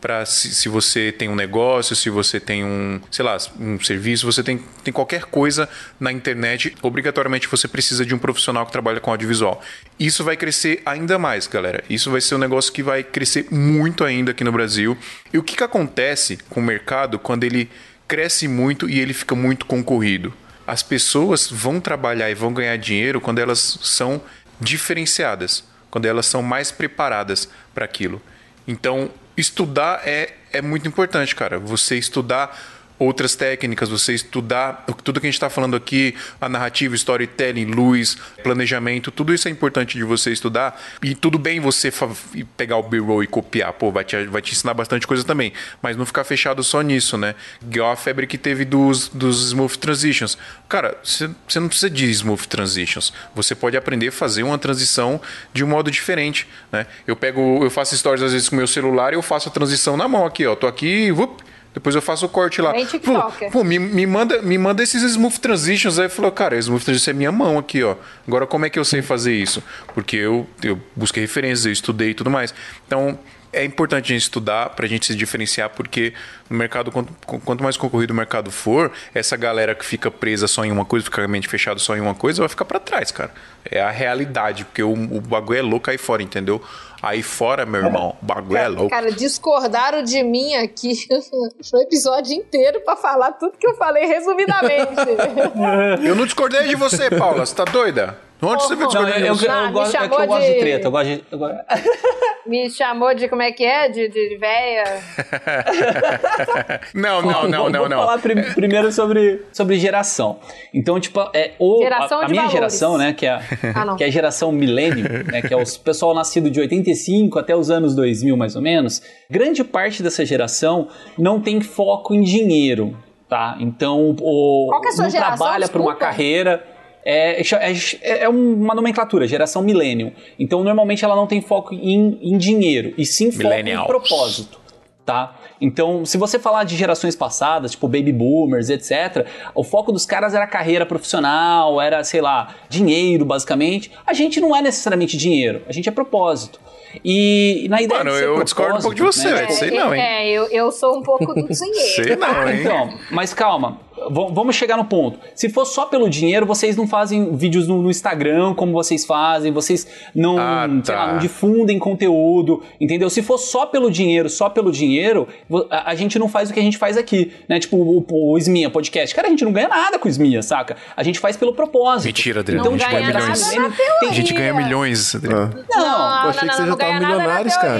Se você tem um negócio, se você tem um serviço, você tem qualquer coisa na internet, obrigatoriamente você precisa de um profissional que trabalha com audiovisual. Isso vai crescer ainda mais, galera. Isso vai ser um negócio que vai crescer muito ainda aqui no Brasil. E o que acontece com o mercado quando ele cresce muito e ele fica muito concorrido? As pessoas vão trabalhar e vão ganhar dinheiro quando elas são diferenciadas, quando elas são mais preparadas para aquilo. Então, estudar é muito importante, cara. Você estudar outras técnicas, você estudar tudo que a gente está falando aqui, a narrativa, storytelling, luz, planejamento, tudo isso é importante de você estudar. E tudo bem você pegar o B-roll e copiar, pô, vai te ensinar bastante coisa também, mas não ficar fechado só nisso, né? Igual a febre que teve dos smooth transitions. Cara, você não precisa de smooth transitions. Você pode aprender a fazer uma transição de um modo diferente, né? Eu faço stories às vezes com o meu celular e eu faço a transição na mão aqui, ó. Tô aqui, depois eu faço o corte lá. Pô, me manda esses smooth transitions. Aí falou, cara, smooth transitions é minha mão aqui, ó. Agora, como é que eu sei fazer isso? Porque eu busquei referências, eu estudei e tudo mais. Então, é importante a gente estudar pra gente se diferenciar, porque no mercado, quanto mais concorrido o mercado for, essa galera que fica presa só em uma coisa, fica a mente fechada só em uma coisa, vai ficar pra trás, cara. É a realidade, porque o bagulho é louco aí fora, entendeu? Aí fora, meu irmão, o bagulho é louco. Cara, discordaram de mim aqui foi o episódio inteiro pra falar tudo que eu falei resumidamente. Eu não discordei de você, Paula. Você tá doida? Onde você viu Discord News? Eu gosto de treta. Me chamou de como é que é? De véia? Não. Vou falar primeiro sobre geração. Então, tipo, a minha geração, né, que é a geração milênio, né, que é o pessoal nascido de 85 até os anos 2000, mais ou menos, grande parte dessa geração não tem foco em dinheiro, tá? Então, qual que é a sua geração? Trabalha para uma carreira... É uma nomenclatura, geração millennium. Então, normalmente, ela não tem foco em dinheiro, e sim foco em propósito, tá? Então, se você falar de gerações passadas, tipo baby boomers, etc., o foco dos caras era carreira profissional, era, sei lá, dinheiro, basicamente. A gente não é necessariamente dinheiro, a gente é propósito. E na ideia de ser eu discordo um pouco de você, né? Sei não, hein? Eu sou um pouco do dinheiro. Sei não, hein? Então, mas calma. Vamos chegar no ponto. Se for só pelo dinheiro, vocês não fazem vídeos no Instagram como vocês fazem, vocês não, sei lá, não difundem conteúdo, entendeu? Se for só pelo dinheiro, a gente não faz o que a gente faz aqui, né? Tipo o Esmia Podcast. Cara, a gente não ganha nada com o Esmia, saca? A gente faz pelo propósito. Mentira, Adriano. Então, a gente ganha milhões. A gente ganha milhões, Adriano. Não, achei que você já tava milionários, cara.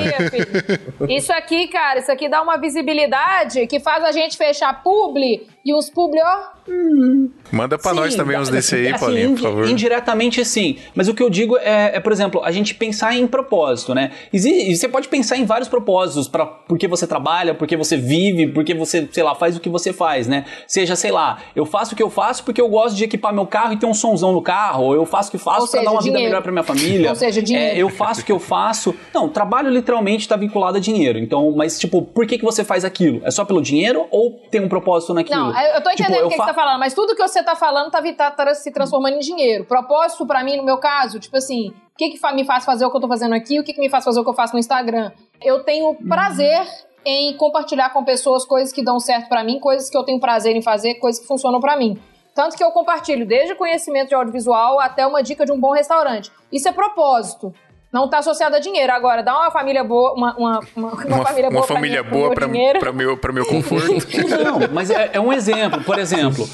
Isso aqui, cara, dá uma visibilidade que faz a gente fechar publi e uns publi, ó. Manda pra nós também uns desse aí, Paulinho, por favor. Indiretamente, sim. Mas o que eu digo por exemplo, a gente pensar em propósito, né? E você pode pensar em vários propósitos, porque você trabalha, porque você vive, porque você, sei lá, faz o que você faz, né? Seja, sei lá, eu faço o que eu faço porque eu gosto de equipar meu carro e ter um sonzão no carro, ou eu faço o que faço pra dar uma vida melhor pra minha família. Ou seja, dinheiro. Eu faço o que eu faço. Não, trabalho literalmente tá vinculado a dinheiro. Então, mas tipo, por que você faz aquilo? É só pelo dinheiro ou tem um propósito naquilo? Não, eu tô entendendo o que você tá falando, mas tudo que você tá falando tá se transformando em dinheiro. Propósito pra mim, no meu caso, tipo assim, o que me faz fazer o que eu tô fazendo aqui, o que me faz fazer o que eu faço no Instagram? Eu tenho prazer em compartilhar com pessoas coisas que dão certo pra mim, coisas que eu tenho prazer em fazer, coisas que funcionam pra mim. Tanto que eu compartilho desde conhecimento de audiovisual até uma dica de um bom restaurante. Isso é propósito. Não está associado a dinheiro. Agora, dá uma família boa, uma família boa para meu conforto. Não, mas é um exemplo. Por exemplo,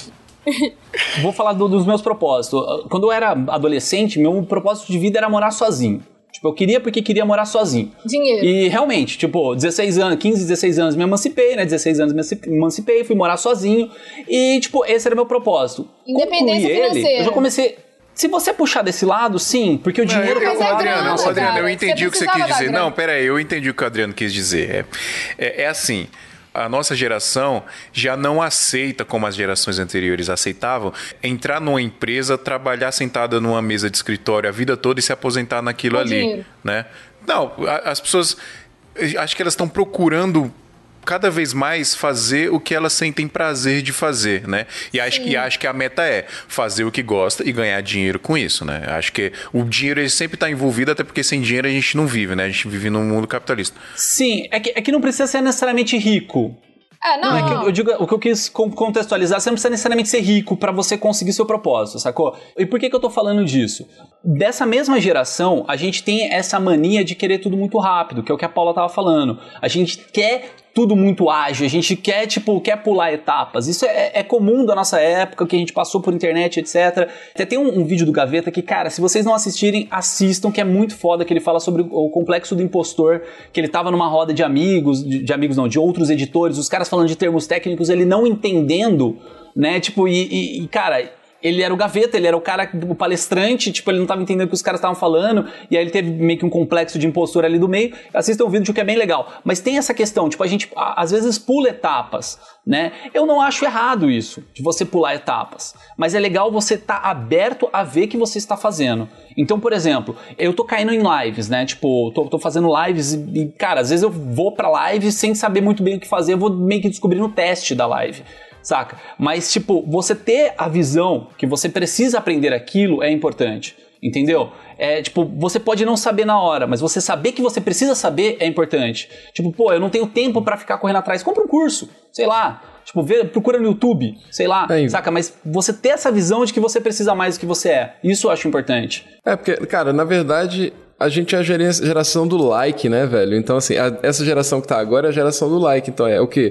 vou falar dos meus propósitos. Quando eu era adolescente, meu propósito de vida era morar sozinho. Tipo, eu queria porque queria morar sozinho. Dinheiro. E realmente, tipo, 15, 16 anos me emancipei, né? 16 anos me emancipei, fui morar sozinho. E, tipo, esse era o meu propósito. Independência financeira. Eu já comecei... Se você puxar desse lado, sim, porque o dinheiro... Adriano, eu entendi o que você quis dizer. Não, peraí, eu entendi o que o Adriano quis dizer. É assim, a nossa geração já não aceita, como as gerações anteriores aceitavam, entrar numa empresa, trabalhar sentada numa mesa de escritório a vida toda e se aposentar naquilo ali. Dinheiro. Né? Não, as pessoas, acho que elas estão procurando cada vez mais fazer o que elas sentem prazer de fazer, né? E acho que a meta é fazer o que gosta e ganhar dinheiro com isso, né? Acho que o dinheiro ele sempre está envolvido, até porque sem dinheiro a gente não vive, né? A gente vive num mundo capitalista. Sim, é que não precisa ser necessariamente rico. Não. Eu digo, o que eu quis contextualizar, você não precisa necessariamente ser rico para você conseguir seu propósito, sacou? E por que eu tô falando disso? Dessa mesma geração, a gente tem essa mania de querer tudo muito rápido, que é o que a Paula tava falando. A gente quer tudo muito ágil, a gente quer pular etapas. Isso é comum da nossa época, que a gente passou por internet, etc. Até tem um vídeo do Gaveta que, cara, se vocês não assistirem, assistam, que é muito foda, que ele fala sobre o complexo do impostor, que ele tava numa roda de amigos, de outros editores, os caras falando de termos técnicos, ele não entendendo, né, tipo, cara... Ele era o Gaveta, ele era o cara, o palestrante, tipo, ele não estava entendendo o que os caras estavam falando, e aí ele teve meio que um complexo de impostor ali do meio. Assistam o vídeo que é bem legal. Mas tem essa questão, tipo, a gente às vezes pula etapas, né? Eu não acho errado isso, de você pular etapas. Mas é legal você estar aberto a ver o que você está fazendo. Então, por exemplo, eu tô caindo em lives, né? Tipo, tô fazendo lives e, cara, às vezes eu vou pra live sem saber muito bem o que fazer, eu vou meio que descobrir no teste da live. Saca? Mas, tipo, você ter a visão que você precisa aprender aquilo é importante, entendeu? Tipo, você pode não saber na hora, mas você saber que você precisa saber é importante. Tipo, pô, eu não tenho tempo pra ficar correndo atrás, compra um curso, sei lá. Tipo, procura no YouTube, sei lá, saca? Mas você ter essa visão de que você precisa mais do que você é, isso eu acho importante. Porque, cara, na verdade... A gente é a geração do like, né, velho? Então, assim, essa geração que tá agora é a geração do like. Então, é o quê?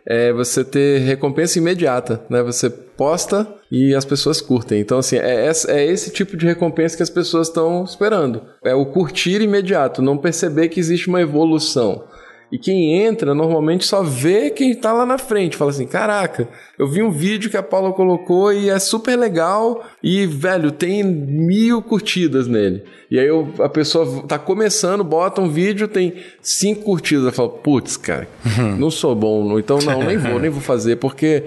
é você ter recompensa imediata, né? Você posta e as pessoas curtem. Então, assim, é esse tipo de recompensa que as pessoas estão esperando. É o curtir imediato, não perceber que existe uma evolução. E quem entra, normalmente só vê quem tá lá na frente. Fala assim, caraca, eu vi um vídeo que a Paula colocou e é super legal e, velho, tem 1000 curtidas nele. E aí a pessoa tá começando, bota um vídeo, tem 5 curtidas. Ela fala, putz, cara, não sou bom, então nem vou fazer. Porque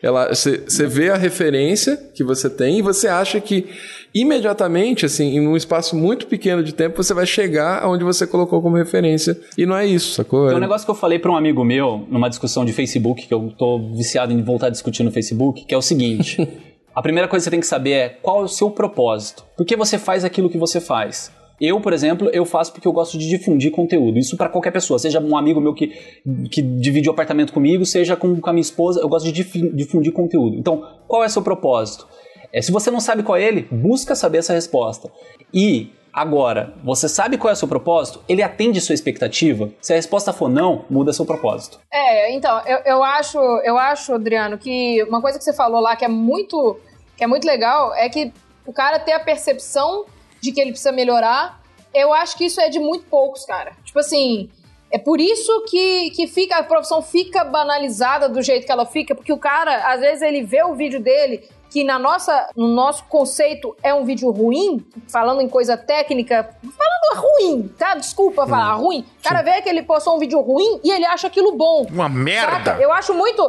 você vê a referência que você tem e você acha que imediatamente, assim, em um espaço muito pequeno de tempo, você vai chegar aonde você colocou como referência. E não é isso, sacou? Tem um negócio que eu falei pra um amigo meu, numa discussão de Facebook, que eu tô viciado em voltar a discutir no Facebook, que é o seguinte. A primeira coisa que você tem que saber é qual é o seu propósito. Por que você faz aquilo que você faz? Eu, por exemplo, eu faço porque eu gosto de difundir conteúdo. Isso pra qualquer pessoa. Seja um amigo meu que divide o apartamento comigo, seja com a minha esposa, eu gosto de difundir conteúdo. Então, qual é o seu propósito? Se você não sabe qual é ele, busca saber essa resposta. E, agora, você sabe qual é o seu propósito? Ele atende sua expectativa? Se a resposta for não, muda seu propósito. Então, eu acho, Adriano, que uma coisa que você falou lá que é muito legal é que o cara ter a percepção de que ele precisa melhorar. Eu acho que isso é de muito poucos, cara. Tipo assim, é por isso que a profissão fica banalizada do jeito que ela fica, porque o cara, às vezes, ele vê o vídeo dele que no nosso conceito é um vídeo ruim, falando em coisa técnica, falando ruim, tá? Desculpa falar ruim. O cara vê que ele postou um vídeo ruim e ele acha aquilo bom. Uma merda! Saca? Eu acho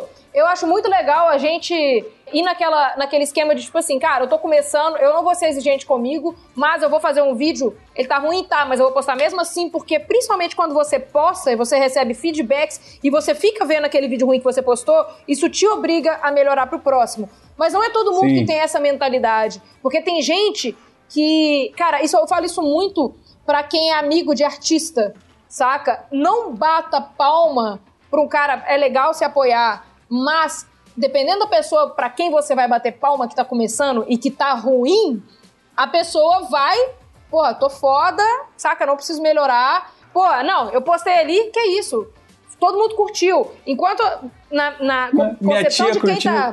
muito legal a gente ir naquele esquema de tipo assim, cara, eu tô começando, eu não vou ser exigente comigo, mas eu vou fazer um vídeo, ele tá ruim, tá, mas eu vou postar mesmo assim, porque principalmente quando você posta e você recebe feedbacks e você fica vendo aquele vídeo ruim que você postou, isso te obriga a melhorar pro próximo. Mas não é todo mundo que tem essa mentalidade, porque tem gente que, cara, eu falo isso muito pra quem é amigo de artista, saca? Não bata palma pra um cara, é legal se apoiar, mas dependendo da pessoa pra quem você vai bater palma que tá começando e que tá ruim, a pessoa vai, pô, tô foda, saca, não preciso melhorar, pô, não, eu postei ali, que é isso? Todo mundo curtiu. Enquanto na concepção de quem tá...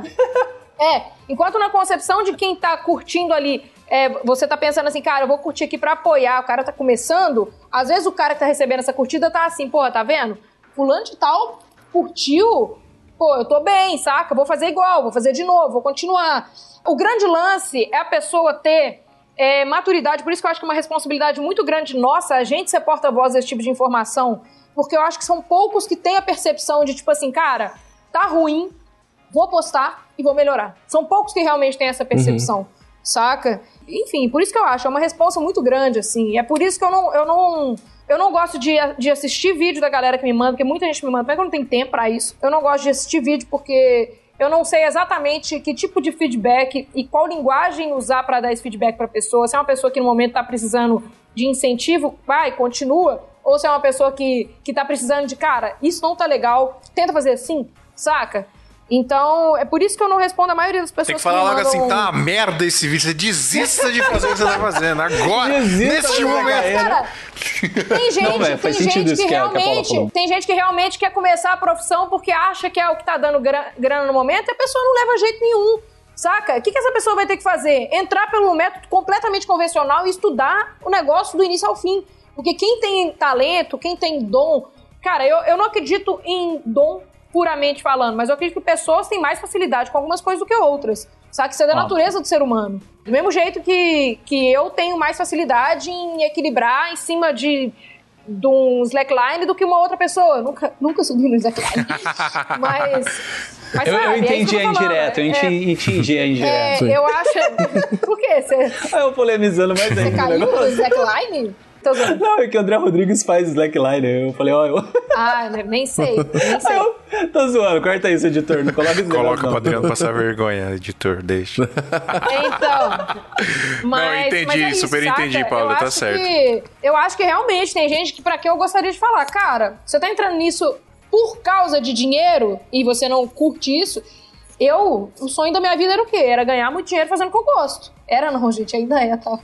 enquanto na concepção de quem tá curtindo ali, você tá pensando assim, cara, eu vou curtir aqui pra apoiar, o cara tá começando, às vezes o cara que tá recebendo essa curtida tá assim, pô, tá vendo? Fulano de tal curtiu, pô, eu tô bem, saca? Vou fazer igual, vou fazer de novo, vou continuar. O grande lance é a pessoa ter maturidade, por isso que eu acho que é uma responsabilidade muito grande nossa, a gente ser porta-voz desse tipo de informação, porque eu acho que são poucos que têm a percepção de, tipo assim, cara, tá ruim, vou postar e vou melhorar. São poucos que realmente têm essa percepção, saca? Enfim, por isso que eu acho, é uma responsa muito grande, assim, e é por isso que eu não gosto de assistir vídeo da galera que me manda, porque muita gente me manda, mas eu não tenho tempo pra isso. Eu não gosto de assistir vídeo porque eu não sei exatamente que tipo de feedback e qual linguagem usar pra dar esse feedback pra pessoa. Se é uma pessoa que no momento tá precisando de incentivo, vai, continua. Ou se é uma pessoa que tá precisando de, cara, isso não tá legal, tenta fazer assim, saca? Então, é por isso que eu não respondo a maioria das pessoas. Tem que falar logo assim, tá uma merda esse vídeo, você desista de fazer o que você tá fazendo agora, neste momento. Cara, tem gente que realmente quer começar a profissão porque acha que é o que tá dando grana no momento e a pessoa não leva jeito nenhum, saca? O que essa pessoa vai ter que fazer? Entrar pelo método completamente convencional e estudar o negócio do início ao fim. Porque quem tem talento, quem tem dom... Cara, eu não acredito em dom puramente falando, mas eu acredito que pessoas têm mais facilidade com algumas coisas do que outras, sabe? Isso é da natureza do ser humano. Do mesmo jeito que eu tenho mais facilidade em equilibrar em cima de um slackline do que uma outra pessoa. Eu nunca subi no slackline. mas eu entendi a indireta, eu entendi a indireta. Eu acho... Por quê? Eu polemizando mais ainda. Você caiu no slackline? Não, é que o André Rodrigues faz slackline. Eu falei, nem sei. Tô zoando, corta isso, editor. Não coloca isso. Coloca o Adriano passar vergonha, editor, deixa. Então. Não, eu entendi, super entendi, Paula, tá certo. Eu acho que realmente tem gente que pra quem eu gostaria de falar, cara, você tá entrando nisso por causa de dinheiro e você não curte isso. O sonho da minha vida era o quê? Era ganhar muito dinheiro fazendo o que eu gosto. Era não, gente, ainda é, tá?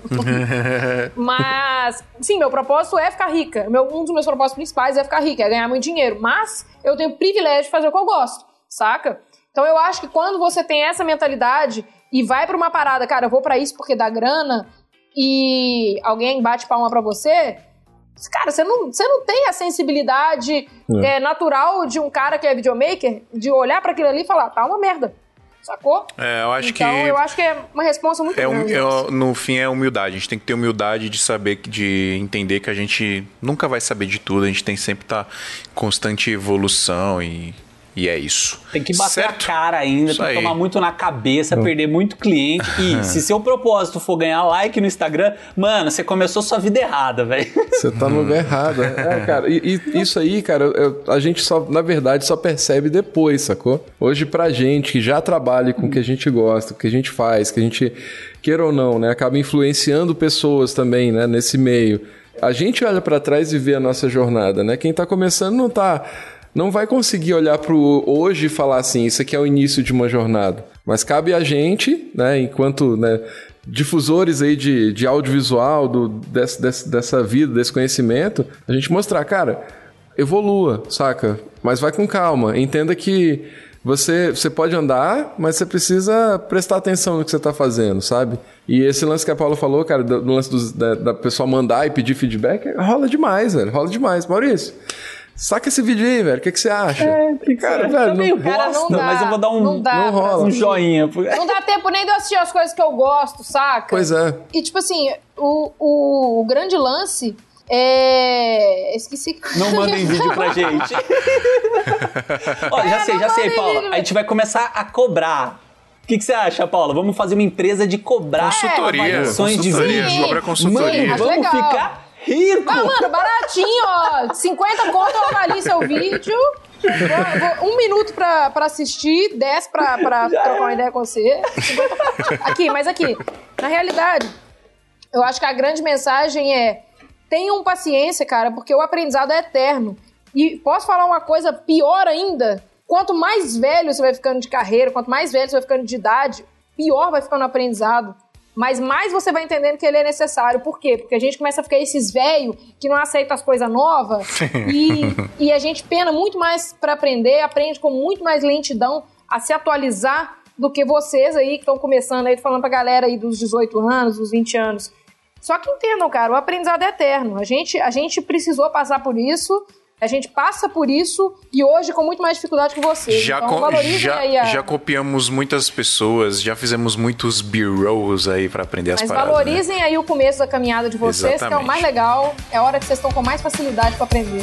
Mas, sim, meu propósito é ficar rica. Um dos meus propósitos principais é ficar rica, é ganhar muito dinheiro. Mas eu tenho o privilégio de fazer o que eu gosto. saca? Então eu acho que quando você tem essa mentalidade e vai pra uma parada, cara, eu vou pra isso porque dá grana, e alguém bate palma pra você, cara, você não tem a sensibilidade natural de um cara que é videomaker, de olhar pra aquilo ali e falar, tá uma merda. Sacou? Eu acho então, eu acho que é uma responsa muito grande. No fim, é humildade. A gente tem que ter humildade de saber, de entender que a gente nunca vai saber de tudo. A gente tem que sempre estar em constante evolução e é isso. Tem que bater certo? a cara ainda, Isso tem que aí. tomar muito na cabeça, perder muito cliente. E se seu propósito for ganhar like no Instagram, mano, você começou sua vida errada, velho. Você tá no lugar errado. Cara, e isso aí, cara, a gente só, na verdade, só percebe depois, sacou? Hoje, pra gente que já trabalha com o que a gente gosta, o que a gente faz, que a gente, queira ou não, né, acaba influenciando pessoas também, né, nesse meio. A gente olha pra trás e vê a nossa jornada, né? Quem tá começando não vai conseguir olhar pro hoje e falar assim, isso aqui é o início de uma jornada. Mas cabe a gente, né, enquanto, né, difusores aí de audiovisual, dessa vida, desse conhecimento, a gente mostrar, cara, evolua, saca? Mas vai com calma. Entenda que você pode andar, mas você precisa prestar atenção no que você tá fazendo, sabe? E esse lance que a Paula falou, cara, do lance da pessoa mandar e pedir feedback, rola demais, velho, rola demais. Maurício, saca esse vídeo aí, velho. O que você acha? Cara, velho, meio bosta, mas eu vou dar não rola. um joinha. Não dá tempo nem de eu assistir as coisas que eu gosto, saca? Pois é. E tipo assim, o grande lance é... Esqueci. Não mandem vídeo pra gente. Ó, já sei, Paula. A gente vai começar a cobrar. O que você acha, Paula? Vamos fazer uma empresa de cobrar avaliações de vídeo. Cobra consultoria. Mano, Vamos legal. ficar rico. Ah, mano, baratinho, ó. 50 conto eu avalio seu vídeo. Vou 1 minuto pra assistir, 10 pra trocar uma ideia com você. 50... Aqui. Na realidade, eu acho que a grande mensagem é: tenham paciência, cara, porque o aprendizado é eterno. E posso falar uma coisa pior ainda? Quanto mais velho você vai ficando de carreira, quanto mais velho você vai ficando de idade, pior vai ficando o aprendizado. Mas mais você vai entendendo que ele é necessário. Por quê? Porque a gente começa a ficar esses velhos que não aceitam as coisas novas e a gente pena muito mais pra aprender, aprende com muito mais lentidão a se atualizar do que vocês aí que estão começando aí, falando pra galera aí dos 18 anos, dos 20 anos. Só que entendam, cara, o aprendizado é eterno. A gente precisou passar por isso, a gente passa por isso e hoje com muito mais dificuldade que vocês. Então valorizem aí já copiamos muitas pessoas, já fizemos muitos B-rolls aí pra aprender as paradas. Mas valorizem aí o começo da caminhada de vocês, Exatamente. que é o mais legal, é a hora que vocês estão com mais facilidade pra aprender.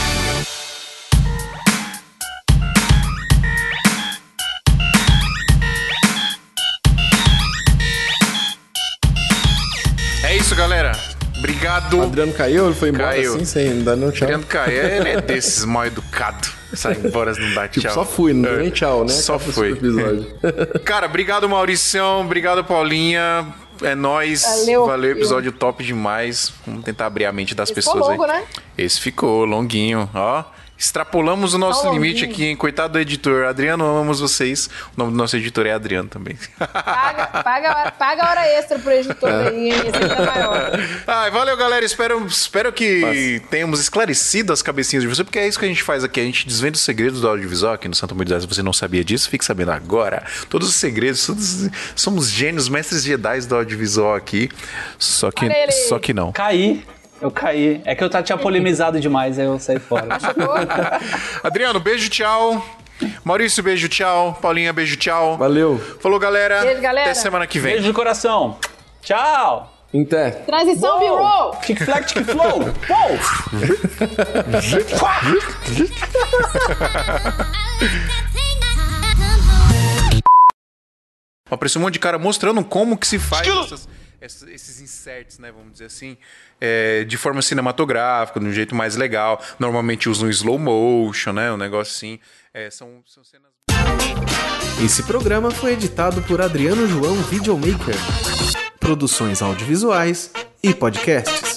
É isso, galera. Obrigado. O Adriano caiu, ele foi embora assim, sem dar nem um tchau. Adriano caiu, ele é desses mal educado. Sai embora, não dá tchau. Tipo, só fui, não deu nem tchau, né? Só Acabou foi. esse episódio. Cara, obrigado, Mauricião. Obrigado, Paulinha. É nóis. Valeu, episódio top demais. Vamos tentar abrir a mente das pessoas ficou longo, aí. né? Esse ficou longuinho, ó. Extrapolamos o nosso limite aqui, hein? Coitado do editor. Adriano, amamos vocês. O nome do nosso editor é Adriano também. Paga hora extra pro editor aí, hein? Esse é maior. Ai, valeu, galera. Espero que tenhamos esclarecido as cabecinhas de você, porque é isso que a gente faz aqui. A gente desvenda os segredos do audiovisual aqui no Santa Humildade. Se você não sabia disso, fique sabendo agora. Todos os segredos, somos gênios, mestres Jedi do audiovisual aqui. Só que não. Eu caí. É que eu tinha polemizado demais, aí eu saí fora. Adriano, beijo, tchau. Maurício, beijo, tchau. Paulinha, beijo, tchau. Valeu. Falou, galera. Beijo, galera. Até semana que vem. Beijo de coração. Tchau. Inter. Transição B-roll. Kick flag, kick flow. Uou. Apareceu um monte de cara mostrando como que se faz esses inserts, né, vamos dizer assim, de forma cinematográfica, de um jeito mais legal. Normalmente usam slow motion, né, um negócio assim. São cenas... Esse programa foi editado por Adriano João Videomaker. Produções audiovisuais e podcasts.